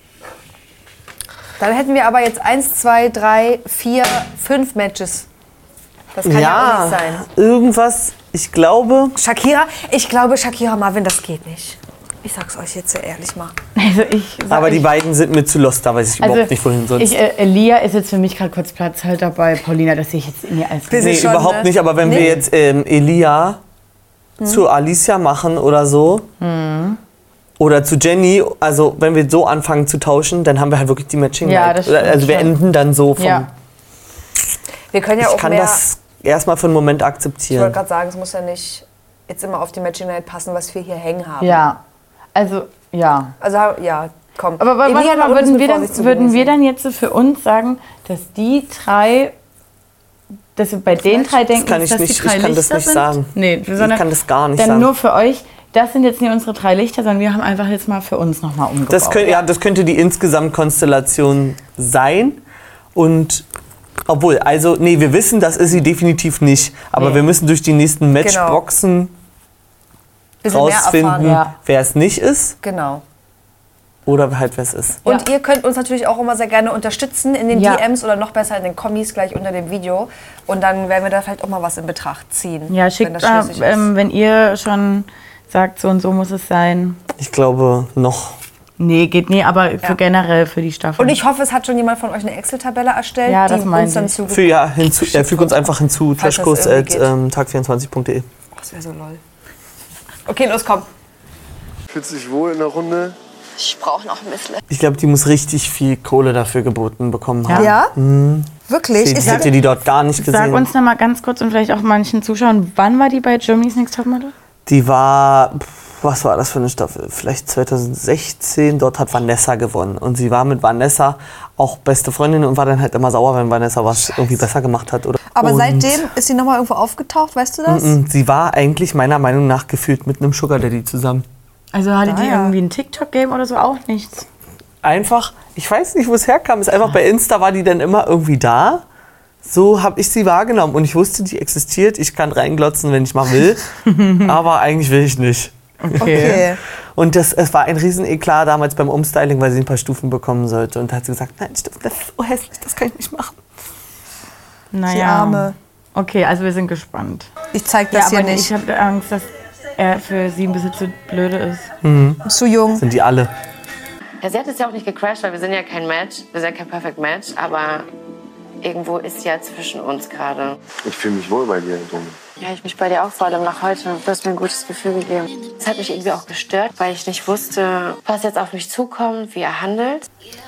Dann hätten wir aber jetzt 1, 2, 3, 4, 5 Matches. Das kann ja auch nicht sein. Irgendwas, ich glaube... Ich glaube Shakira Marvin, das geht nicht. Ich sag's euch jetzt sehr ehrlich mal. Also Aber die beiden sind mir zu lost, da weiß ich überhaupt nicht, wohin sonst. Elia ist jetzt für mich gerade kurz Platzhalter bei Paulina, das sehe ich jetzt nie als... Nee, schon, überhaupt ne? nicht, aber wenn wir jetzt Elia zu Alicia machen oder so, oder zu Jenny, also wenn wir so anfangen zu tauschen, dann haben wir halt wirklich die Matching Ja, Night. das stimmt Also wir schon. enden dann so vom... Ja. Wir können ja Ich auch kann mehr... das erstmal für einen Moment Ich wollte akzeptieren. gerade sagen, es muss ja nicht jetzt immer auf die Matching Night passen, was wir hier hängen haben. Ja, also, ja. Also, ja, komm. Aber warte Elia, mal, da unten ist mit würden Vorsicht zu wir genießen. dann jetzt für uns sagen, dass die drei, dass wir bei den drei denken, kann ich dass nicht- die drei ich kann das Lichter nicht sind? sagen. Nee, Ich kann das gar nicht dann sagen. nur für euch, das sind jetzt nicht unsere drei Lichter, sondern wir haben einfach jetzt mal für uns nochmal umgebaut. Das könnte die Insgesamtkonstellation sein. Und obwohl, also, nee, wir wissen, das ist sie definitiv nicht. Aber Nee. wir müssen durch die nächsten Matchboxen Bisschen mehr rausfinden, erfahren, ja. wer es nicht ist Genau. oder halt wer es ist. Und ihr könnt uns natürlich auch immer sehr gerne unterstützen in den Ja. DMs oder noch besser in den Kommis gleich unter dem Video. Und dann werden wir da vielleicht auch mal was in Betracht ziehen. Ja, wenn schickt, das schlüssig ist. wenn ihr schon sagt, so und so muss es sein. Ich glaube noch. Nee, geht nie, aber für generell für die Staffel. Und ich hoffe, es hat schon jemand von euch eine Excel-Tabelle erstellt, Ja, das die meinte uns dann ich. zugeschickt Füg uns einfach hinzu, Falls das trashkurs@tag24.de. irgendwie Das wäre so lol. Okay, los, komm. Fühlt sich wohl in der Runde? Ich brauche noch ein bisschen. Ich glaube, die muss richtig viel Kohle dafür geboten bekommen haben. Ja? Mhm. Wirklich? Ich hätte die dort gar nicht gesehen. Sag uns noch mal ganz kurz und vielleicht auch manchen Zuschauern, wann war die bei Germany's Next Topmodel? Die war, was war das für eine Staffel? Vielleicht 2016, dort hat Vanessa gewonnen. Und sie war mit Vanessa auch beste Freundin und war dann halt immer sauer, wenn Vanessa was irgendwie besser gemacht hat. Oder Aber und seitdem ist sie nochmal irgendwo aufgetaucht, weißt du das? Sie war eigentlich meiner Meinung nach gefühlt mit einem Sugar Daddy zusammen. Also hatte die ja. irgendwie ein TikTok-Game oder so? Auch nichts. Einfach, ich weiß nicht, wo es herkam. Ist einfach bei Insta war die dann immer irgendwie da. So habe ich sie wahrgenommen und ich wusste, die existiert. Ich kann reinglotzen, wenn ich mal will, aber eigentlich will ich nicht. Okay. Und es war ein Rieseneklat damals beim Umstyling, weil sie ein paar Stufen bekommen sollte. Und da hat sie gesagt, nein, das ist so hässlich, das kann ich nicht machen. Naja. Die Arme. Okay, also wir sind gespannt. Ich zeig das ja, hier aber nicht. Ich habe Angst, dass er für sie ein bisschen zu blöde ist. Zu jung. Sind die alle. Ja, sie hat es ja auch nicht gecrashed, weil wir sind ja kein Match. Wir sind ja kein Perfect Match. Aber irgendwo ist ja zwischen uns gerade. Ich fühle mich wohl bei dir, Domi. Ja, ich mich bei dir auch, vor allem nach heute. Du hast mir ein gutes Gefühl gegeben. Das hat mich irgendwie auch gestört, weil ich nicht wusste, was jetzt auf mich zukommt, wie er handelt.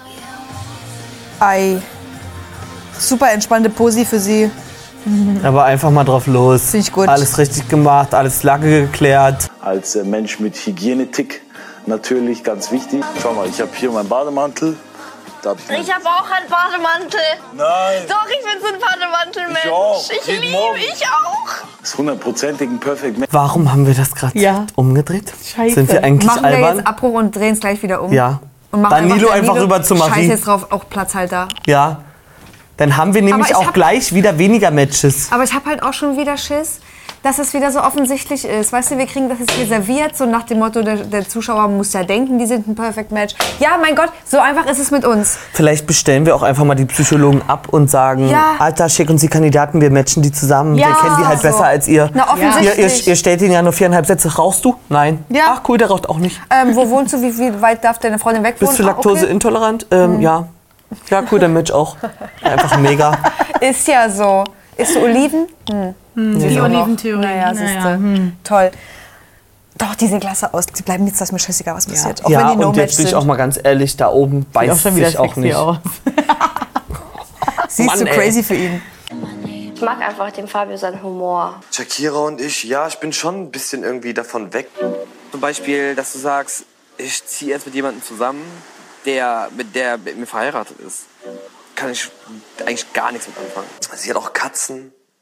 Ei. Super entspannte Posi für sie. Aber einfach mal drauf los. Finde ich gut. Alles richtig gemacht, alles Lage geklärt. Als Mensch mit Hygienetick natürlich ganz wichtig. Schau mal, ich habe hier meinen Bademantel. Da hab Ich habe auch einen Bademantel. Nein. Doch, ich bin so ein Bademantelmensch. Ich auch. Ich Jeden liebe, Morgen. ich auch. Das ist 100%igen Perfect Match. Warum haben wir das gerade umgedreht? Scheiße. Sind wir eigentlich Machen wir albern? jetzt Abbruch und drehen es gleich wieder um? Ja. Und machen Danilo einfach rüber zu Marie. Scheiß jetzt drauf, auch Platzhalter. Ja. Dann haben wir nämlich ich auch hab- gleich wieder weniger Matches. Aber ich habe halt auch schon wieder Schiss, dass es wieder so offensichtlich ist. Weißt du, wir kriegen das jetzt hier serviert, so nach dem Motto, der Zuschauer muss ja denken, die sind ein Perfect Match. Ja, mein Gott, so einfach ist es mit uns. Vielleicht bestellen wir auch einfach mal die Psychologen ab und sagen, Ja. Alter, schick uns die Kandidaten, wir matchen die zusammen. Ja, wir kennen die halt so. besser als ihr. Na, offensichtlich. Ihr stellt ihnen ja nur 4,5 Sätze. Rauchst du? Nein. Ja. Ach cool, der raucht auch nicht. Wo wohnst du? Wie weit darf deine Freundin weg wohnen? Bist du laktoseintolerant? Ja. Ja, cool, der Match auch. Einfach mega. Ist ja so. Isst du Oliven? Die Oliventheorie. Naja, siehste. Toll. Doch, die sehen klasse aus. Die bleiben jetzt, dass mir scheißegal, was passiert. Auch Ja, wenn die und No-Match jetzt bin ich sind. auch mal ganz ehrlich, da oben beißt schon wieder sich auch sexy nicht. aus. Sie ist Mann, zu ey. crazy für ihn. Ich mag einfach den Fabio seinen Humor. Shakira und ich, ja, ich bin schon ein bisschen irgendwie davon weg. Zum Beispiel, dass du sagst, ich ziehe jetzt mit jemandem zusammen, der mit mir verheiratet ist. Kann ich eigentlich gar nichts mit anfangen. Sie hat auch Katzen.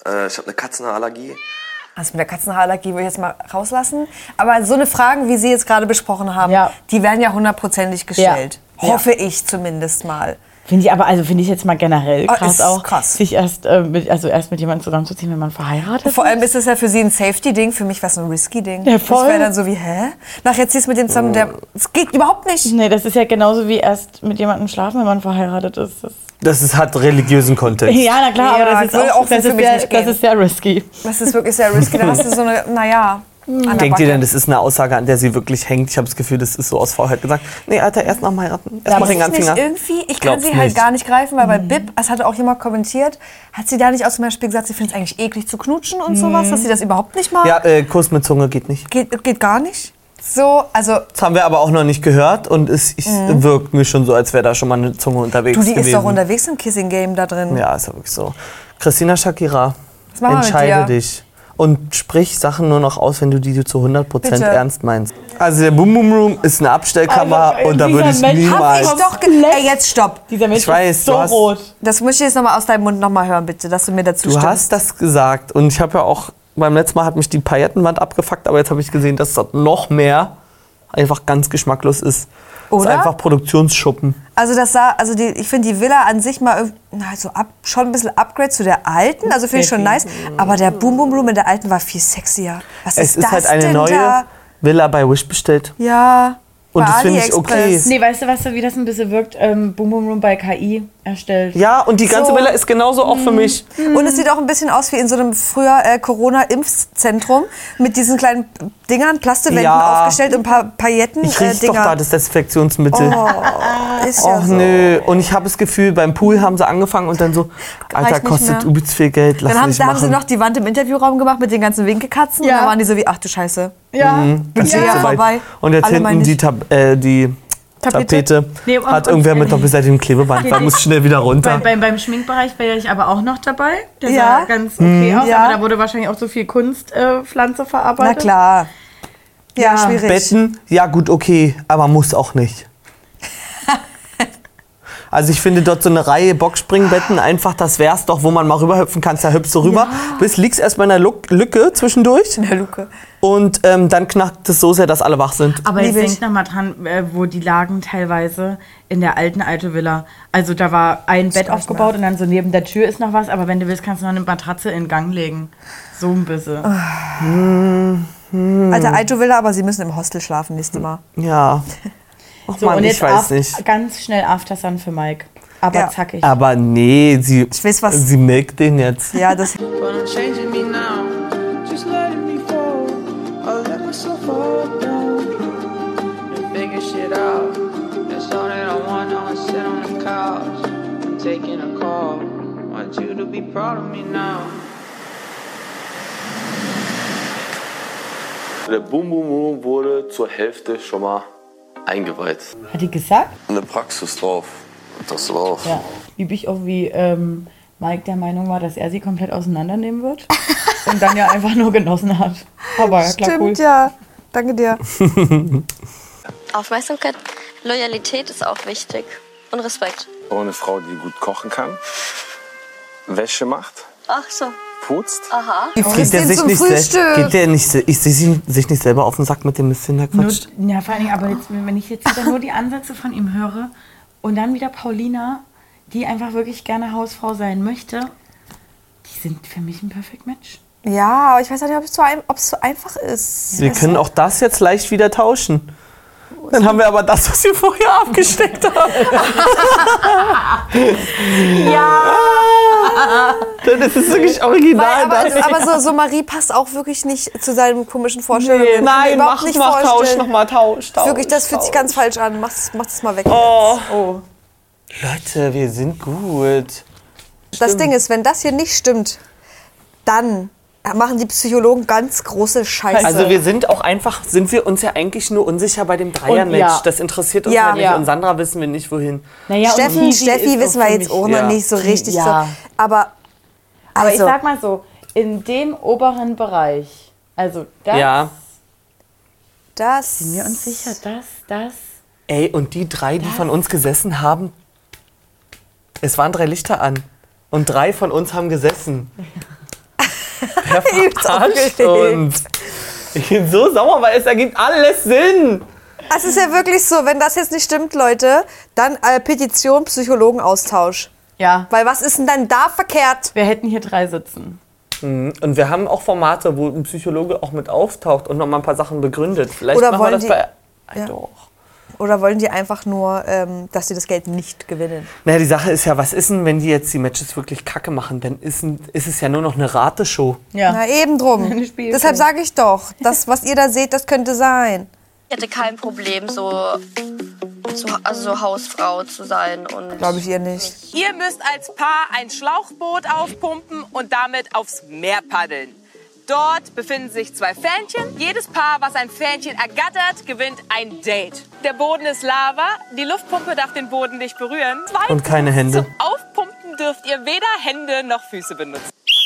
Ich habe eine Katzenhaarallergie. Also mit der Katzenhaarallergie würde ich jetzt mal rauslassen. Aber so eine Fragen, wie Sie jetzt gerade besprochen haben, die werden ja hundertprozentig gestellt. Ja. Hoffe ich zumindest mal. Finde ich jetzt mal generell krass ist auch, krass. sich erst mit jemandem zusammenzuziehen, wenn man verheiratet ist. Vor allem ist es ja für Sie ein Safety-Ding, für mich war es ein Risky-Ding. Ja, voll. Ich wäre dann so wie, nachher ziehst du mit dem zusammen, das geht überhaupt nicht. Nee, das ist ja genauso wie erst mit jemandem schlafen, wenn man verheiratet ist. Das hat religiösen Kontext. Ja, na klar, Ja, aber das ist sehr risky. Das ist wirklich sehr risky. Da hast du so eine, Denkt ihr denn, das ist eine Aussage, an der sie wirklich hängt? Ich habe das Gefühl, das ist so aus Faulheit gesagt. Nee, Alter, erst nach dem Heiraten. Erst mal den ganzen Finger. Irgendwie, ich kann sie halt gar nicht greifen, weil bei Bib, das hatte auch jemand kommentiert, hat sie da nicht auch zum Beispiel gesagt, sie findet es eigentlich eklig zu knutschen und sowas, dass sie das überhaupt nicht mag? Ja, Kuss mit Zunge geht nicht. Geht gar nicht. So, also... Das haben wir aber auch noch nicht gehört und es wirkt mir schon so, als wäre da schon mal eine Zunge unterwegs gewesen. Die ist doch unterwegs im Kissing-Game da drin. Ja, ist ja wirklich so. Christina Shakira, Was machen wir mit entscheide dir? dich. Und sprich Sachen nur noch aus, wenn du die zu 100% Bitte. ernst meinst. Also der Boom Boom Room ist eine Abstellkammer Also, und da würde ich niemals... Ey, jetzt stopp. Dieser Mensch Ich weiß, ist so du hast- rot. Das muss ich jetzt noch mal aus deinem Mund noch mal hören, bitte, dass du mir dazu Du stimmst. hast das gesagt und ich habe ja auch, beim letzten Mal hat mich die Paillettenwand abgefuckt, aber jetzt habe ich gesehen, dass das noch mehr einfach ganz geschmacklos ist. Das ist Oder? einfach Produktionsschuppen. Also ich finde die Villa an sich mal schon ein bisschen Upgrade zu der alten, also finde ich schon nice. Aber der Boom Boom Room in der alten war viel sexier. Was Es ist das halt eine denn neue da? Villa bei Wish bestellt. Ja. Und bei das finde ich okay. AliExpress. Nee, weißt du, wie das ein bisschen wirkt? Boom Boom Room bei KI erstellt. Ja, und die ganze So. Villa ist genauso auch für mich. Und es sieht auch ein bisschen aus wie in so einem früher Corona-Impfzentrum mit diesen kleinen Dingern, Plastewänden Ja. aufgestellt und ein paar Pailletten. Ich rieche doch da das Desinfektionsmittel. Oh, ist ja Och so. nö. Und ich habe das Gefühl, beim Pool haben sie angefangen und dann so, Alter, nicht kostet mehr. übelst viel Geld, lass Dann haben nicht sie machen. noch die Wand im Interviewraum gemacht mit den ganzen Winkelkatzen. Ja. Und dann waren die so wie, ach du Scheiße. Ja. Budget ja Zu weit. vorbei. Und jetzt Alle hinten meine die Tapete Nee, und- hat irgendwer mit doppelseitigem Klebeband. Da muss schnell wieder runter. Beim Schminkbereich wäre ich aber auch noch dabei. Der Ja. sah ganz okay aus, Ja. aber da wurde wahrscheinlich auch so viel Kunstpflanze verarbeitet. Na klar. Ja, schwierig. Betten, ja gut, okay, aber muss auch nicht. Also ich finde dort so eine Reihe Boxspringbetten einfach, das wär's doch, wo man mal rüberhüpfen kann, da hüpfst du rüber, liegst erstmal in der Lücke zwischendurch In der Luke. und dann knackt es so sehr, dass alle wach sind. Aber jetzt Liebe ich. denkt noch mal dran, wo die lagen teilweise in der alte Villa. Also da war ein Bett aufgebaut und dann so neben der Tür ist noch was, aber wenn du willst, kannst du noch eine Matratze in Gang legen. So ein bisschen. Alter Aito Villa, aber sie müssen im Hostel schlafen nächstes Mal. Ja. Ach So, Mann, und ich jetzt weiß nicht. ganz schnell Aftersun für Mike. Aber Ja. zackig. Aber nee, sie weiß was. sie melkt den jetzt. Ja, das... But I'm changing me now, just letting me fall. I let myself fall down and figure shit out. That's all that I want now. I sit on the couch. I'm taking a call. Want you to be proud of me now. Der Boom Boom Room wurde zur Hälfte schon mal eingeweiht. Hat die gesagt? Eine Praxis drauf. Das drauf. Ja. Liebe ich auch, wie Mike der Meinung war, dass er sie komplett auseinandernehmen wird. Und dann ja einfach nur genossen hat. Aber ja, klar, Stimmt, cool. ja. Danke dir. Aufmerksamkeit, Loyalität ist auch wichtig und Respekt. Eine Frau, die gut kochen kann, Wäsche macht, Ach so. putzt. Aha. Geht der sich nicht selber auf den Sack mit dem Mist der quatscht? Ja, vor allen Dingen, aber jetzt, wenn ich jetzt wieder nur die Ansätze von ihm höre und dann wieder Paulina, die einfach wirklich gerne Hausfrau sein möchte, die sind für mich ein Perfect Match. Ja, aber ich weiß auch nicht, ob es so einfach ist. Wir können auch das jetzt leicht wieder tauschen. Dann haben wir aber das, was wir vorher abgesteckt haben. Ja. Das ist wirklich original. Aber so Marie passt auch wirklich nicht zu seinen komischen Vorstellungen. Nee, Kann ich mir nein, überhaupt mach nicht Tausch, vorstellen. nochmal Tausch. Wirklich, das fühlt sich ganz falsch an. Mach das mal weg. Oh. Leute, wir sind gut. Das Ding ist, wenn das hier nicht stimmt, dann machen die Psychologen ganz große Scheiße. Also wir sind wir uns ja eigentlich nur unsicher bei dem Dreier-Match. Ja. Das interessiert uns Ja. ja nicht. Ja. Und Sandra wissen wir nicht, wohin. Naja, Steffi wissen wir jetzt auch noch nicht so richtig. Ja. So. Aber Aber also, ich sag mal so, in dem oberen Bereich, also das Ja. das sind wir uns sicher, das. Ey, und die drei, die von uns gesessen haben, es waren 3 Lichter an. Und 3 von uns haben gesessen. Der verarscht uns. Ich bin so sauer, weil es ergibt alles Sinn. Es ist ja wirklich so, wenn das jetzt nicht stimmt, Leute, dann Petition, Psychologenaustausch. Ja. Weil was ist denn dann da verkehrt? Wir hätten hier 3 sitzen. Und wir haben auch Formate, wo ein Psychologe auch mit auftaucht und noch mal ein paar Sachen begründet. Vielleicht Oder machen wir das bei... Ja. Doch. Oder wollen die einfach nur, dass sie das Geld nicht gewinnen? Naja, die Sache ist ja, was ist denn, wenn die jetzt die Matches wirklich kacke machen? Dann ist es ja nur noch eine Rateshow. Ja. Na eben drum. Deshalb sage ich doch, das, was ihr da seht, das könnte sein. Ich hätte kein Problem, so Hausfrau zu sein. Glaube ich ihr nicht. Ihr müsst als Paar ein Schlauchboot aufpumpen und damit aufs Meer paddeln. Dort befinden sich 2 Fähnchen. Jedes Paar, was ein Fähnchen ergattert, gewinnt ein Date. Der Boden ist Lava. Die Luftpumpe darf den Boden nicht berühren. Und keine Hände. Zum Aufpumpen dürft ihr weder Hände noch Füße benutzen.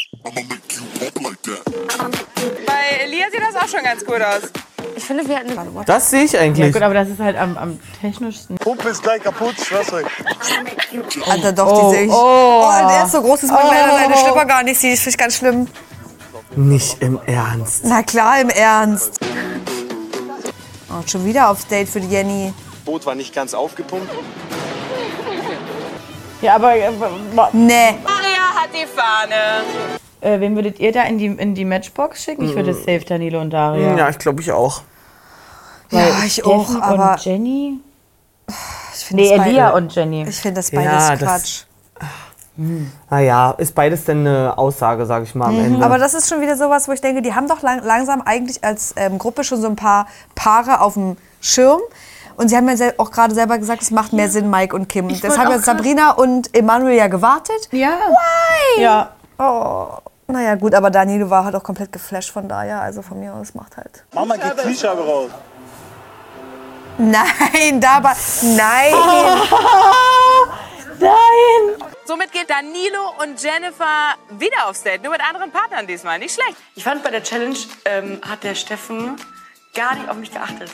Bei Elia sieht das auch schon ganz gut aus. Ich finde, wir hatten Das sehe ich eigentlich. Ja gut, aber das ist halt am technischsten. Pumpe ist gleich kaputt, ich schwör's euch. Alter, doch, die sehe ich. Oh, der ist so groß, dass man leider seine Schlipper gar nicht sieht. Das finde ich ganz schlimm. Nicht im Ernst. Na klar, im Ernst. Oh, schon wieder aufs Date für die Jenny. Boot war nicht ganz aufgepumpt. Ja, aber... Nee. Maria hat die Fahne. Wen würdet ihr da in die Matchbox schicken? Ich würde safe Danilo und Daria. Ja, ich glaube ich auch. Weil Ja, ich Steffen auch, aber... und Jenny? Ich finde Nee, das Elia beide- und Jenny. Ich finde das Ja, beides das- Quatsch. Naja, ist beides denn eine Aussage, sage ich mal am Ende. Aber das ist schon wieder sowas, wo ich denke, die haben doch langsam eigentlich als Gruppe schon so ein paar Paare auf dem Schirm. Und sie haben ja auch gerade selber gesagt, es macht mehr Sinn, Mike und Kim. Das haben jetzt Sabrina und Emanuel ja gewartet. Ja. Why? Ja. Oh. Naja, gut, aber Danilo war halt auch komplett geflasht von daher. Also von mir aus macht halt. Mama, geht Kniescheibe raus. Nein, nein. Nein! Somit geht Danilo und Jennifer wieder aufs Date. Nur mit anderen Partnern diesmal. Nicht schlecht. Ich fand, bei der Challenge hat der Steffen gar nicht auf mich geachtet.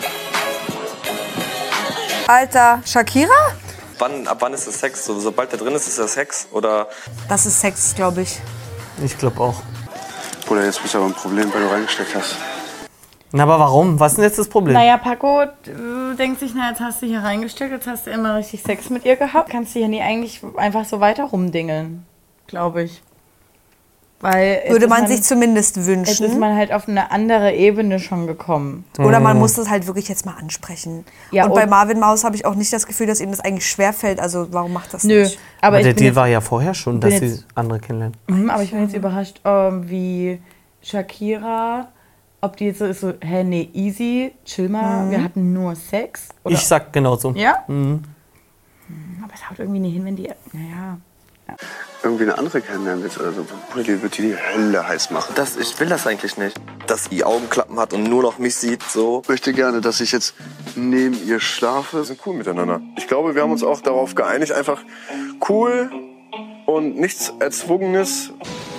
Alter, Shakira? Ab wann ist das Sex? Sobald der drin ist, ist das Sex? Oder? Das ist Sex, glaube ich. Ich glaube auch. Bruder, jetzt bist du aber ein Problem, weil du reingesteckt hast. Na, aber warum? Was ist denn jetzt das Problem? Naja, Paco denkt sich, na, jetzt hast du hier reingesteckt, jetzt hast du immer richtig Sex mit ihr gehabt. Kannst du hier nie eigentlich einfach so weiter rumdingeln, glaube ich. Weil Würde man sich zumindest Jetzt wünschen. ist man halt auf eine andere Ebene schon gekommen. Oder man muss das halt wirklich jetzt mal ansprechen. Ja, und bei und- Marvin Maus habe ich auch nicht das Gefühl, dass ihm das eigentlich schwerfällt. Also warum macht das Nö, nicht? aber der ich bin Deal jetzt, war ja vorher schon, dass bin sie jetzt- andere kennenlernen. aber ich bin jetzt überrascht, wie Shakira, ob die jetzt so ist, so, hä, nee, easy, chill mal, wir hatten nur Sex. Oder? Ich sag genauso. Ja? Mhm. Aber es haut irgendwie nicht hin, wenn die, naja. Irgendwie eine andere kennenlernen willst oder so. Bruder, die wird dir die Hölle heiß machen. Ich will das eigentlich nicht. Dass sie Augenklappen hat und nur noch mich sieht, so. Ich möchte gerne, dass ich jetzt neben ihr schlafe. Wir sind cool miteinander. Ich glaube, wir haben uns auch darauf geeinigt, einfach cool und nichts Erzwungenes.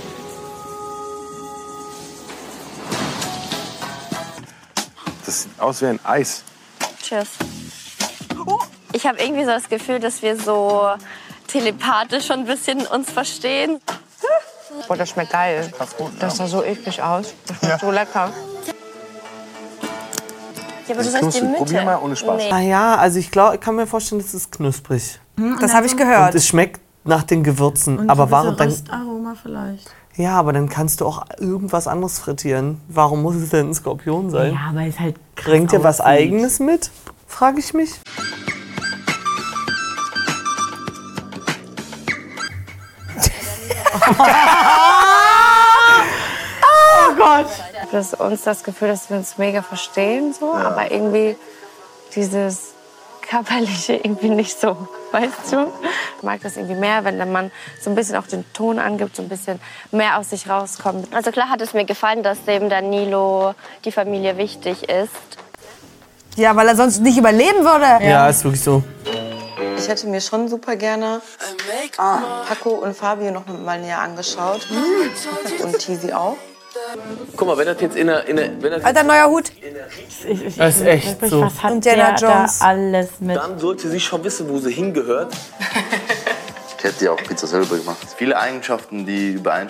Das sieht aus wie ein Eis. Cheers. Ich habe irgendwie so das Gefühl, dass wir so telepathisch schon ein bisschen uns verstehen. Boah, das schmeckt geil. Das sah so eklig aus. Das schmeckt so lecker. Ja, aber du sagst die Mitte. Probier mal ohne Spaß. Nee. Naja, also ich kann mir vorstellen, das ist knusprig. Das habe ich gehört. Und es schmeckt nach den Gewürzen. Und Aber so warum dann? Röstaroma vielleicht. Ja, aber dann kannst du auch irgendwas anderes frittieren. Warum muss es denn ein Skorpion sein? Ja, aber es halt krass Bringt ihr was aussieht. Eigenes mit? Frage ich mich. Oh Gott. Das ist uns das Gefühl, dass wir uns mega verstehen, so, aber irgendwie dieses Körperliche irgendwie nicht so, weißt du? Ich mag das irgendwie mehr, wenn der Mann so ein bisschen auch den Ton angibt, so ein bisschen mehr aus sich rauskommt. Also klar hat es mir gefallen, dass dem Danilo die Familie wichtig ist. Ja, weil er sonst nicht überleben würde. Ja, ist wirklich so. Ich hätte mir schon super gerne Paco und Fabio noch mal näher angeschaut. Und Tizi auch. Guck mal, wenn das jetzt Alter, neuer Hut. Das ist echt so. Was hat Indiana der Jones. da alles mit? dann sollte sie schon wissen, wo sie hingehört. Ich hätte ja auch Pizza selber gemacht. Viele Eigenschaften, die übereinstimmen.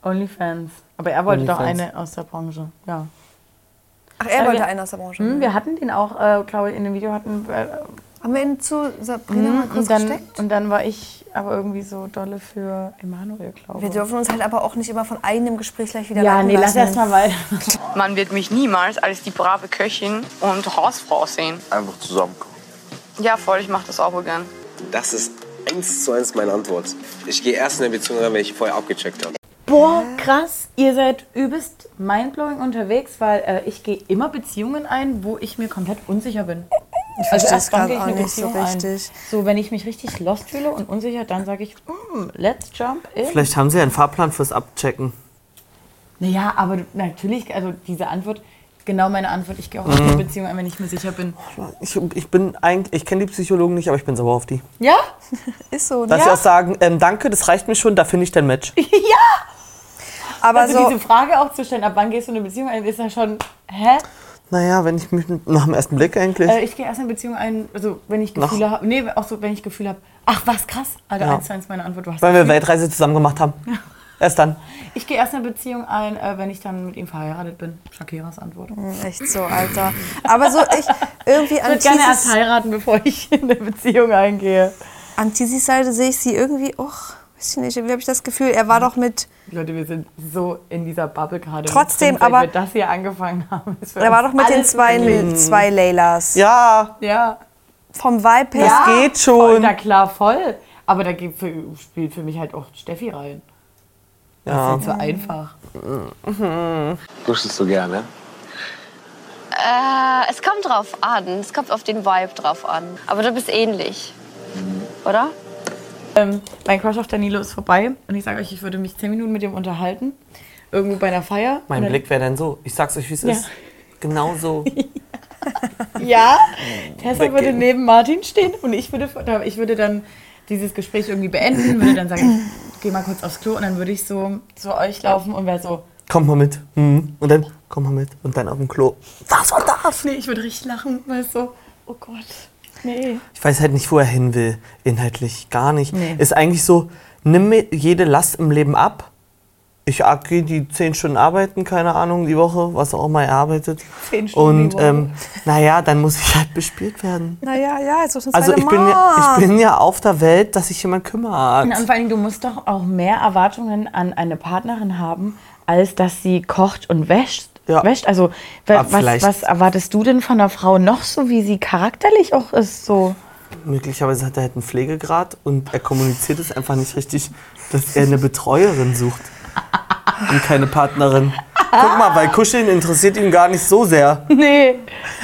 OnlyFans. Aber er wollte doch OnlyFans. eine aus der Branche. Ja. Ach, er wollte einen aus der Branche. Wir hatten den auch, glaube ich, in dem Video hatten. Haben wir ihn zu Sabrina mal kurz gesteckt? Und dann war ich aber irgendwie so dolle für Emanuel, glaube ich. Wir dürfen uns halt aber auch nicht immer von einem Gespräch gleich wieder Ja, leiten nee, lass lassen. erst mal weiter. Man wird mich niemals als die brave Köchin und Hausfrau sehen. Einfach zusammenkommen. Ja, voll, ich mach das auch wohl gern. Das ist 1:1 meine Antwort. Ich gehe erst in eine Beziehung rein, wenn ich vorher abgecheckt habe. Boah, krass, ihr seid übelst mindblowing unterwegs, weil ich gehe immer Beziehungen ein, wo ich mir komplett unsicher bin. Ich verstehe es erst dann gerade gehe ich auch eine nicht so Beziehung ein. richtig. So, wenn ich mich richtig lost fühle und unsicher, dann sage ich, let's jump in. Vielleicht haben sie ja einen Fahrplan fürs Abchecken. Naja, aber natürlich, also diese Antwort, genau meine Antwort, ich gehe auch in eine Beziehung ein, wenn ich mir sicher bin. Ich kenne die Psychologen nicht, aber ich bin sauer auf die. Ja? Ist so, Dass sie auch sagen, danke, das reicht mir schon, da finde ich dein Match. Ja! Aber also so diese Frage auch zu stellen, ab wann gehst du in eine Beziehung ein, ist ja schon, hä? Naja, wenn ich mich nach dem ersten Blick eigentlich. Ich gehe erst in eine Beziehung ein, also wenn ich Gefühle habe, nee, auch so, wenn ich Gefühle habe, ach was, krass, Alter, Ja. 1:1 meine Antwort, du hast Weil wir Gefühl. Weltreise zusammen gemacht haben. Ja. Erst dann. Ich gehe erst in eine Beziehung ein, wenn ich dann mit ihm verheiratet bin. Shakiras Antwort. Echt so, Alter. Aber so, ich irgendwie Ich würde gerne erst heiraten, bevor ich in eine Beziehung eingehe. An Tisis Seite sehe ich sie irgendwie, weiß ich nicht, wie habe ich das Gefühl, er war doch mit... Leute, wir sind so in dieser Bubble gerade. Trotzdem, mit drin, seit aber- wir das hier angefangen haben. ist für Er war uns doch mit den alles gelegen. zwei Leylas. Ja. Ja. Vom Vibe her. Das geht schon. Voll, na klar, voll. Aber da spielt für mich halt auch Steffi rein. Das Ja. ist halt so einfach. Kuschelst du gerne? Es kommt drauf an. Es kommt auf den Vibe drauf an. Aber du bist ähnlich. Oder? Mein Crush auf Danilo ist vorbei. Und ich sage euch, ich würde mich 10 Minuten mit ihm unterhalten. Irgendwo bei einer Feier. Mein Und dann- Blick wäre dann so. Ich sag's euch, wie es Ja. ist. Genau so. Ja, Tessa würde Weggehen. neben Martin stehen und ich würde dann dieses Gespräch irgendwie beenden, würde dann sagen, ich geh mal kurz aufs Klo und dann würde ich so zu euch laufen und wäre so, Komm mal mit. Und dann, komm mal mit. Und dann auf dem Klo. Was war das? nee, ich würde richtig lachen, weil so, oh Gott, nee. Ich weiß halt nicht, wo er hin will. Inhaltlich gar nicht. Nee. Ist eigentlich so, nimm mir jede Last im Leben ab. Ich gehe die 10 Stunden arbeiten, keine Ahnung, die Woche, was auch immer er arbeitet. 10 Stunden die Und Woche. naja, dann muss ich halt bespielt werden. Naja, jetzt ist das Also ich bin ja auf der Welt, dass sich jemand kümmert. Und vor allen Dingen, du musst doch auch mehr Erwartungen an eine Partnerin haben, als dass sie kocht und wäscht. Also was erwartest du denn von einer Frau noch so, wie sie charakterlich auch ist? So? Möglicherweise hat er halt einen Pflegegrad und er kommuniziert es einfach nicht richtig, dass er eine Betreuerin sucht und keine Partnerin. Guck mal, weil Kuscheln interessiert ihn gar nicht so sehr. Nee.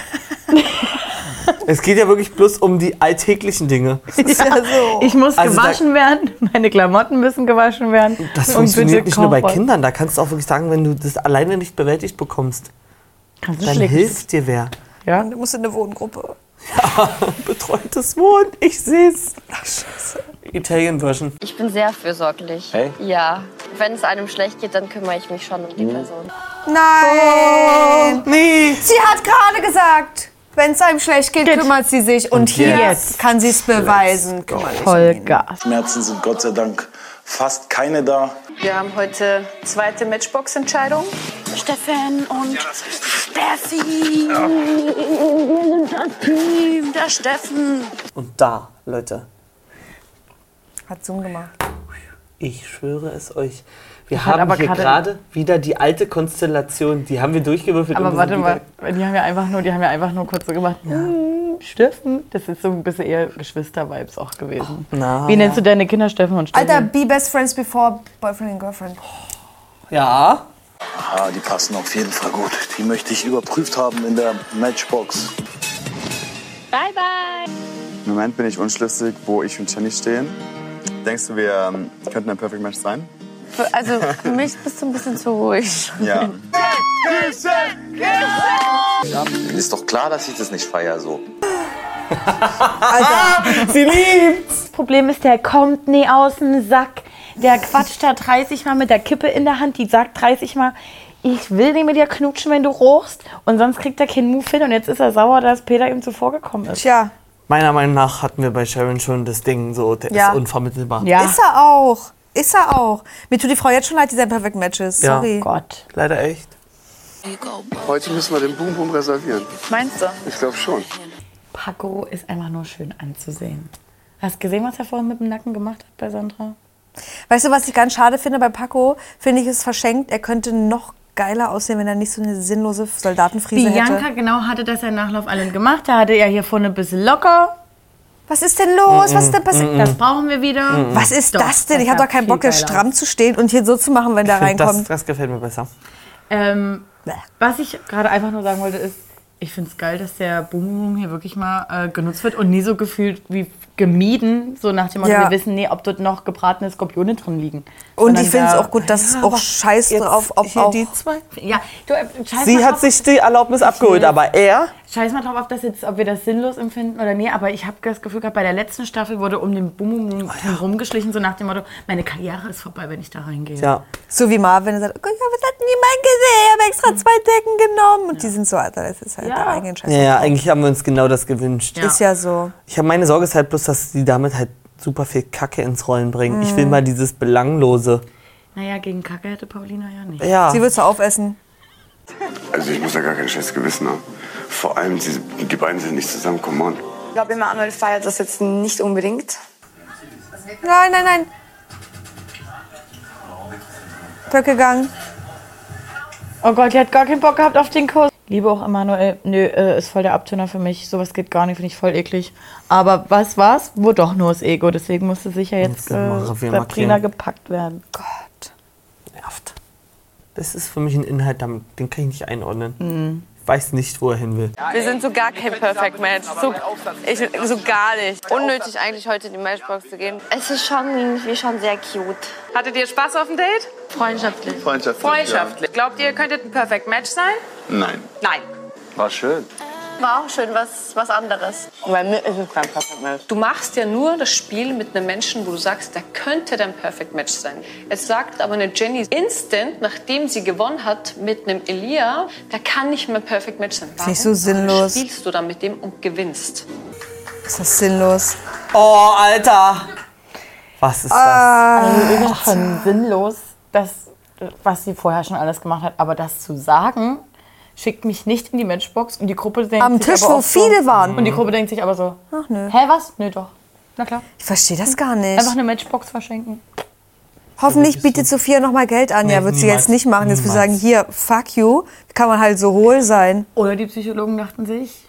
Es geht ja wirklich bloß um die alltäglichen Dinge. Ja, so. Ich muss Also gewaschen werden, meine Klamotten müssen gewaschen werden. Das Und funktioniert bitte nicht nur bei koch was. Kindern. Da kannst du auch wirklich sagen, wenn du das alleine nicht bewältigt bekommst, Kannst du dann schlecht. hilft dir wer. Ja? Du musst in eine Wohngruppe. Ja, betreutes Wohnen, ich seh's. Ach, scheiße. Italian Version. Ich bin sehr fürsorglich. Hey? Ja. Wenn es einem schlecht geht, dann kümmere ich mich schon um die Person. Nein! Nee! Sie hat gerade gesagt, wenn es einem schlecht geht, kümmert sie sich. Und hier jetzt? kann sie es beweisen. Kümmert sich. Vollgas. Schmerzen sind Gott sei Dank fast keine da. Wir haben heute zweite Matchbox-Entscheidung. Steffen und Steffi. Wir sind das Team, der Steffen. Und da, Leute, Hat Zoom gemacht. ich schwöre es euch, wir Hat haben aber hier gerade- gerade wieder die alte Konstellation, die haben wir durchgewürfelt. Aber und wir warte sind mal, die haben ja einfach nur kurz so gemacht, Steffen, das ist so ein bisschen eher Geschwister-Vibes auch gewesen. Na, Wie nennst du deine Kinder Steffen und Steffi? Alter, be best friends before boyfriend and girlfriend. Ja. Ah, die passen auf jeden Fall gut. Die möchte ich überprüft haben in der Matchbox. Bye, bye. Im Moment bin ich unschlüssig, wo ich und Jenny stehen. Denkst du, wir könnten ein Perfect Match sein? Also für mich bist du ein bisschen zu ruhig. Ja. Ja, ist doch klar, dass ich das nicht feiere so. Sie liebt's! Das Problem ist, der kommt nie aus dem Sack. Der quatscht da 30 Mal mit der Kippe in der Hand. Die sagt 30 Mal, ich will nicht mit dir knutschen, wenn du rochst. Und sonst kriegt er keinen Move hin. Und jetzt ist er sauer, dass Peter ihm zuvorgekommen ist. Tja. Meiner Meinung nach hatten wir bei Sharon schon das Ding so, der Ja. ist unvermittelbar. Ja. Ist er auch. Ist er auch. Mir tut die Frau jetzt schon leid, die sein Perfect Match ist. Sorry. Ja, Gott. Leider echt. Heute müssen wir den Boom Boom reservieren. Meinst du? Ich glaube schon. Paco ist einfach nur schön anzusehen. Hast du gesehen, was er vorhin mit dem Nacken gemacht hat bei Sandra? Weißt du, was ich ganz schade finde bei Paco? Finde ich es verschenkt. Er könnte noch geiler aussehen, wenn er nicht so eine sinnlose Soldatenfriese hätte. Bianca genau hatte das ja Nachlauf allen gemacht. Da hatte er hier vorne ein bisschen locker. Was ist denn los? Was ist denn passiert? Das brauchen wir wieder. Was ist Doch, das denn? Ich das habe sah doch keinen viel Bock, hier geiler stramm zu stehen und hier so zu machen, wenn der reinkommt. Das gefällt mir besser. Was ich gerade einfach nur sagen wollte, ist, ich finde es geil, dass der Boom Boom hier wirklich mal genutzt wird und nie so gefühlt wie gemieden, so nach dem Motto, wir wissen nie, ob dort noch gebratene Skorpione drin liegen. Und ich finde es auch gut, dass es auch scheiß drauf, ob hier auch... die zwei. Ja, du, scheiß Sie mal hat drauf, sich die Erlaubnis abgeholt, aber er... Scheiß mal drauf, ob wir das sinnlos empfinden oder nee, aber ich habe das Gefühl gehabt, bei der letzten Staffel wurde um den Boom Boom rumgeschlichen, so nach dem Motto, meine Karriere ist vorbei, wenn ich da reingehe. Ja. So wie Marvin, der sagt, oh Gott, das hat niemand gesehen, ich habe extra 2 Decken genommen. Und die sind so, Alter, das ist halt der eigene Scheiß. Ja, eigentlich haben wir uns genau das gewünscht. Ja. Ist ja so. Meine Sorge ist halt bloß, dass die damit halt super viel Kacke ins Rollen bringen. Ich will mal dieses Belanglose. Naja, gegen Kacke hätte Paulina ja nicht. Ja. Sie wird so aufessen. Also ich muss da gar kein schlechtes Gewissen haben. Vor allem, die beiden sind nicht zusammen, come on. Ich glaube, Emanuel feiert das jetzt nicht unbedingt. Nein, nein, nein. Weggegangen. Oh Gott, die hat gar keinen Bock gehabt auf den Kuss. Liebe auch Emanuel, nö, ist voll der Abtöner für mich. Sowas geht gar nicht, finde ich voll eklig. Aber was war's? Wurde doch nur das Ego. Deswegen musste sicher jetzt Sabrina gepackt werden. Gott. Nervt. Das ist für mich ein Inhalt, den kann ich nicht einordnen. Ich weiß nicht, wo er hin will. Wir sind so gar kein Perfect Match. So gar nicht. Unnötig eigentlich heute in die Matchbox zu gehen. Es ist schon irgendwie schon sehr cute. Hattet ihr Spaß auf dem Date? Freundschaftlich. Freundschaftlich. Glaubt ihr, ihr könntet ein Perfect Match sein? Nein. Nein. War schön. War auch schön, was anderes. Bei mir ist es kein Perfect Match. Du machst ja nur das Spiel mit einem Menschen, wo du sagst, der könnte dein Perfect Match sein. Es sagt aber eine Jenny instant, nachdem sie gewonnen hat mit einem Elia, der kann nicht mehr Perfect Match sein. Warum? Ist nicht so sinnlos. Spielst du dann mit dem und gewinnst? Ist das sinnlos? Oh, Alter! Was ist das? Also ist das schon sinnlos, was sie vorher schon alles gemacht hat. Aber das zu sagen, schickt mich nicht in die Matchbox und die Gruppe denkt Am sich Tisch, aber wo auch viele waren. Und die Gruppe denkt sich aber so, ach nö. Hä, was? Nö, doch. Na klar. Ich verstehe das gar nicht. Einfach eine Matchbox verschenken. Hoffentlich bietet Sophia noch mal Geld an. Ja, wird sie jetzt nicht machen. Jetzt wir sagen, hier, fuck you. Kann man halt so hohl sein. Oder die Psychologen dachten sich,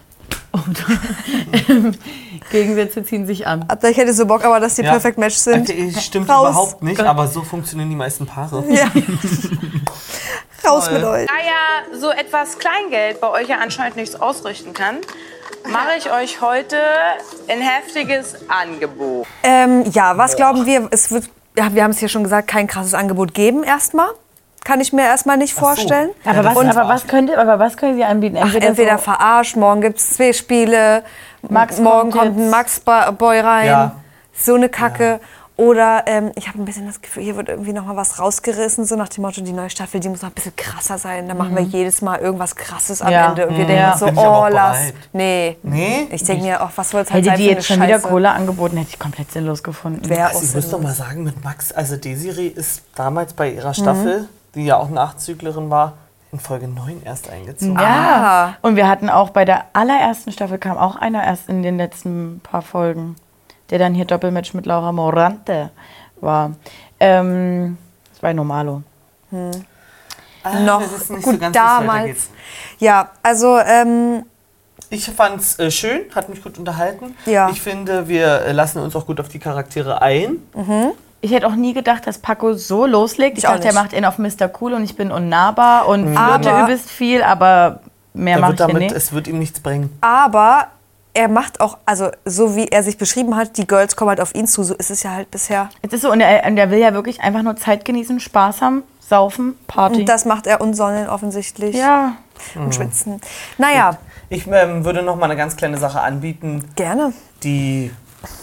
Gegensätze ziehen sich an. Ich hätte so Bock, aber dass die Perfect Match sind. Stimmt Raus. überhaupt nicht, aber so funktionieren die meisten Paare. Ja. Raus mit euch. Da ja so etwas Kleingeld bei euch ja anscheinend nichts ausrichten kann, mache ich euch heute ein heftiges Angebot. Ja, was glauben wir? Es wird, ja, wir haben es hier schon gesagt, kein krasses Angebot geben erstmal. Kann ich mir erstmal nicht vorstellen. Aber was können Sie anbieten? Entweder so verarscht, morgen gibt es 2 Spiele, morgen kommt ein Max-Boy rein, Ja. so eine Kacke. Ja. Oder ich habe ein bisschen das Gefühl, hier wird irgendwie noch mal was rausgerissen, so nach dem Motto, die neue Staffel, die muss noch ein bisschen krasser sein. Dann machen wir jedes Mal irgendwas Krasses am Ende. Und wir denken so, oh, lass. Nee. Ich denke mir, auch, was soll es halt sein Hätte die für eine jetzt schon Scheiße? wieder Cola angeboten, hätte ich komplett sinnlos gefunden. Ich muss doch mal sagen, mit Max, also Desiree ist damals bei ihrer Staffel, die ja auch Nachzüglerin war, in Folge 9 erst eingezogen. Ja. Und wir hatten auch bei der allerersten Staffel, kam auch einer erst in den letzten paar Folgen, der dann hier Doppelmatch mit Laura Morante war. Das war Normalo. Noch das ist nicht gut so ganz, damals. Ja, also ich fand's schön, hat mich gut unterhalten. Ja. Ich finde, wir lassen uns auch gut auf die Charaktere ein. Ich hätte auch nie gedacht, dass Paco so loslegt. Ich dachte, er macht ihn auf Mr. Cool und ich bin unnahbar und flirte übelst viel, aber mehr mache ich hier nicht. Es wird ihm nichts bringen. Aber er macht auch, also so wie er sich beschrieben hat, die Girls kommen halt auf ihn zu, so ist es ja halt bisher. Es ist so, und er will ja wirklich einfach nur Zeit genießen, Spaß haben, saufen, Party. Und das macht er unsonnen offensichtlich. Ja. Und schwitzen. Naja. Ich würde noch mal eine ganz kleine Sache anbieten. Gerne. Die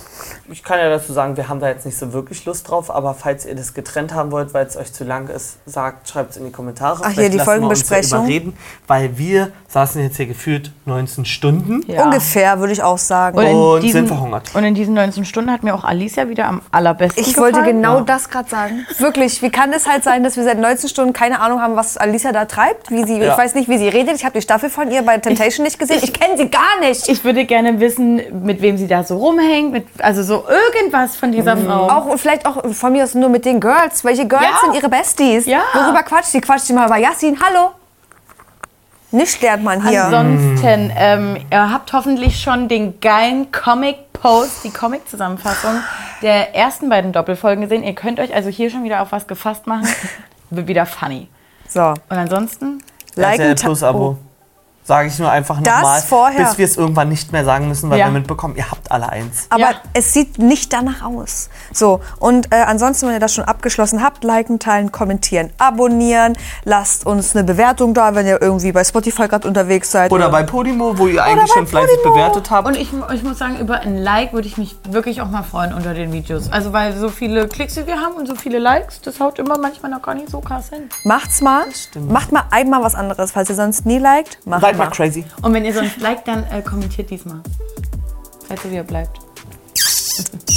ich kann ja dazu sagen, wir haben da jetzt nicht so wirklich Lust drauf, aber falls ihr das getrennt haben wollt, weil es euch zu lang ist, schreibt es in die Kommentare. Ach, hier die Folgenbesprechung. Überreden, weil wir saßen jetzt hier gefühlt 19 Stunden. Ja. Ungefähr, würde ich auch sagen. Und sind verhungert. Und in diesen 19 Stunden hat mir auch Alicia wieder am allerbesten Ich gefallen. wollte genau das gerade sagen. Wirklich, wie kann es halt sein, dass wir seit 19 Stunden keine Ahnung haben, was Alicia da treibt? Ich weiß nicht, wie sie redet. Ich habe die Staffel von ihr bei Temptation nicht gesehen. Ich kenne sie gar nicht. Ich würde gerne wissen, mit wem sie da so rumhängt. Also so irgendwas von dieser Frau. Auch, und vielleicht auch von mir aus nur mit den Girls. Welche Girls sind ihre Besties? Ja. Worüber quatscht die? Quatscht die mal über Yassin? Hallo? Nicht lernt man hier. Ansonsten, ihr habt hoffentlich schon den geilen Comic-Post, die Comic-Zusammenfassung der ersten beiden Doppelfolgen gesehen. Ihr könnt euch also hier schon wieder auf was gefasst machen. Wird wieder funny. So. Und ansonsten? RTL Plus Abo. Sage ich nur einfach nochmal, bis wir es irgendwann nicht mehr sagen müssen, weil wir mitbekommen, ihr habt alle eins. Aber es sieht nicht danach aus. So, und ansonsten, wenn ihr das schon abgeschlossen habt, liken, teilen, kommentieren, abonnieren. Lasst uns eine Bewertung da, wenn ihr irgendwie bei Spotify gerade unterwegs seid. Oder bei Podimo, wo ihr eigentlich schon fleißig bewertet habt. Und ich muss sagen, über ein Like würde ich mich wirklich auch mal freuen unter den Videos. Also weil so viele Klicks wie wir haben und so viele Likes, das haut immer manchmal noch gar nicht so krass hin. Macht's mal. Macht mal einmal was anderes, falls ihr sonst nie liked. Macht mal crazy. Und wenn ihr sonst liked, dann kommentiert diesmal. Falls ihr wieder bleibt.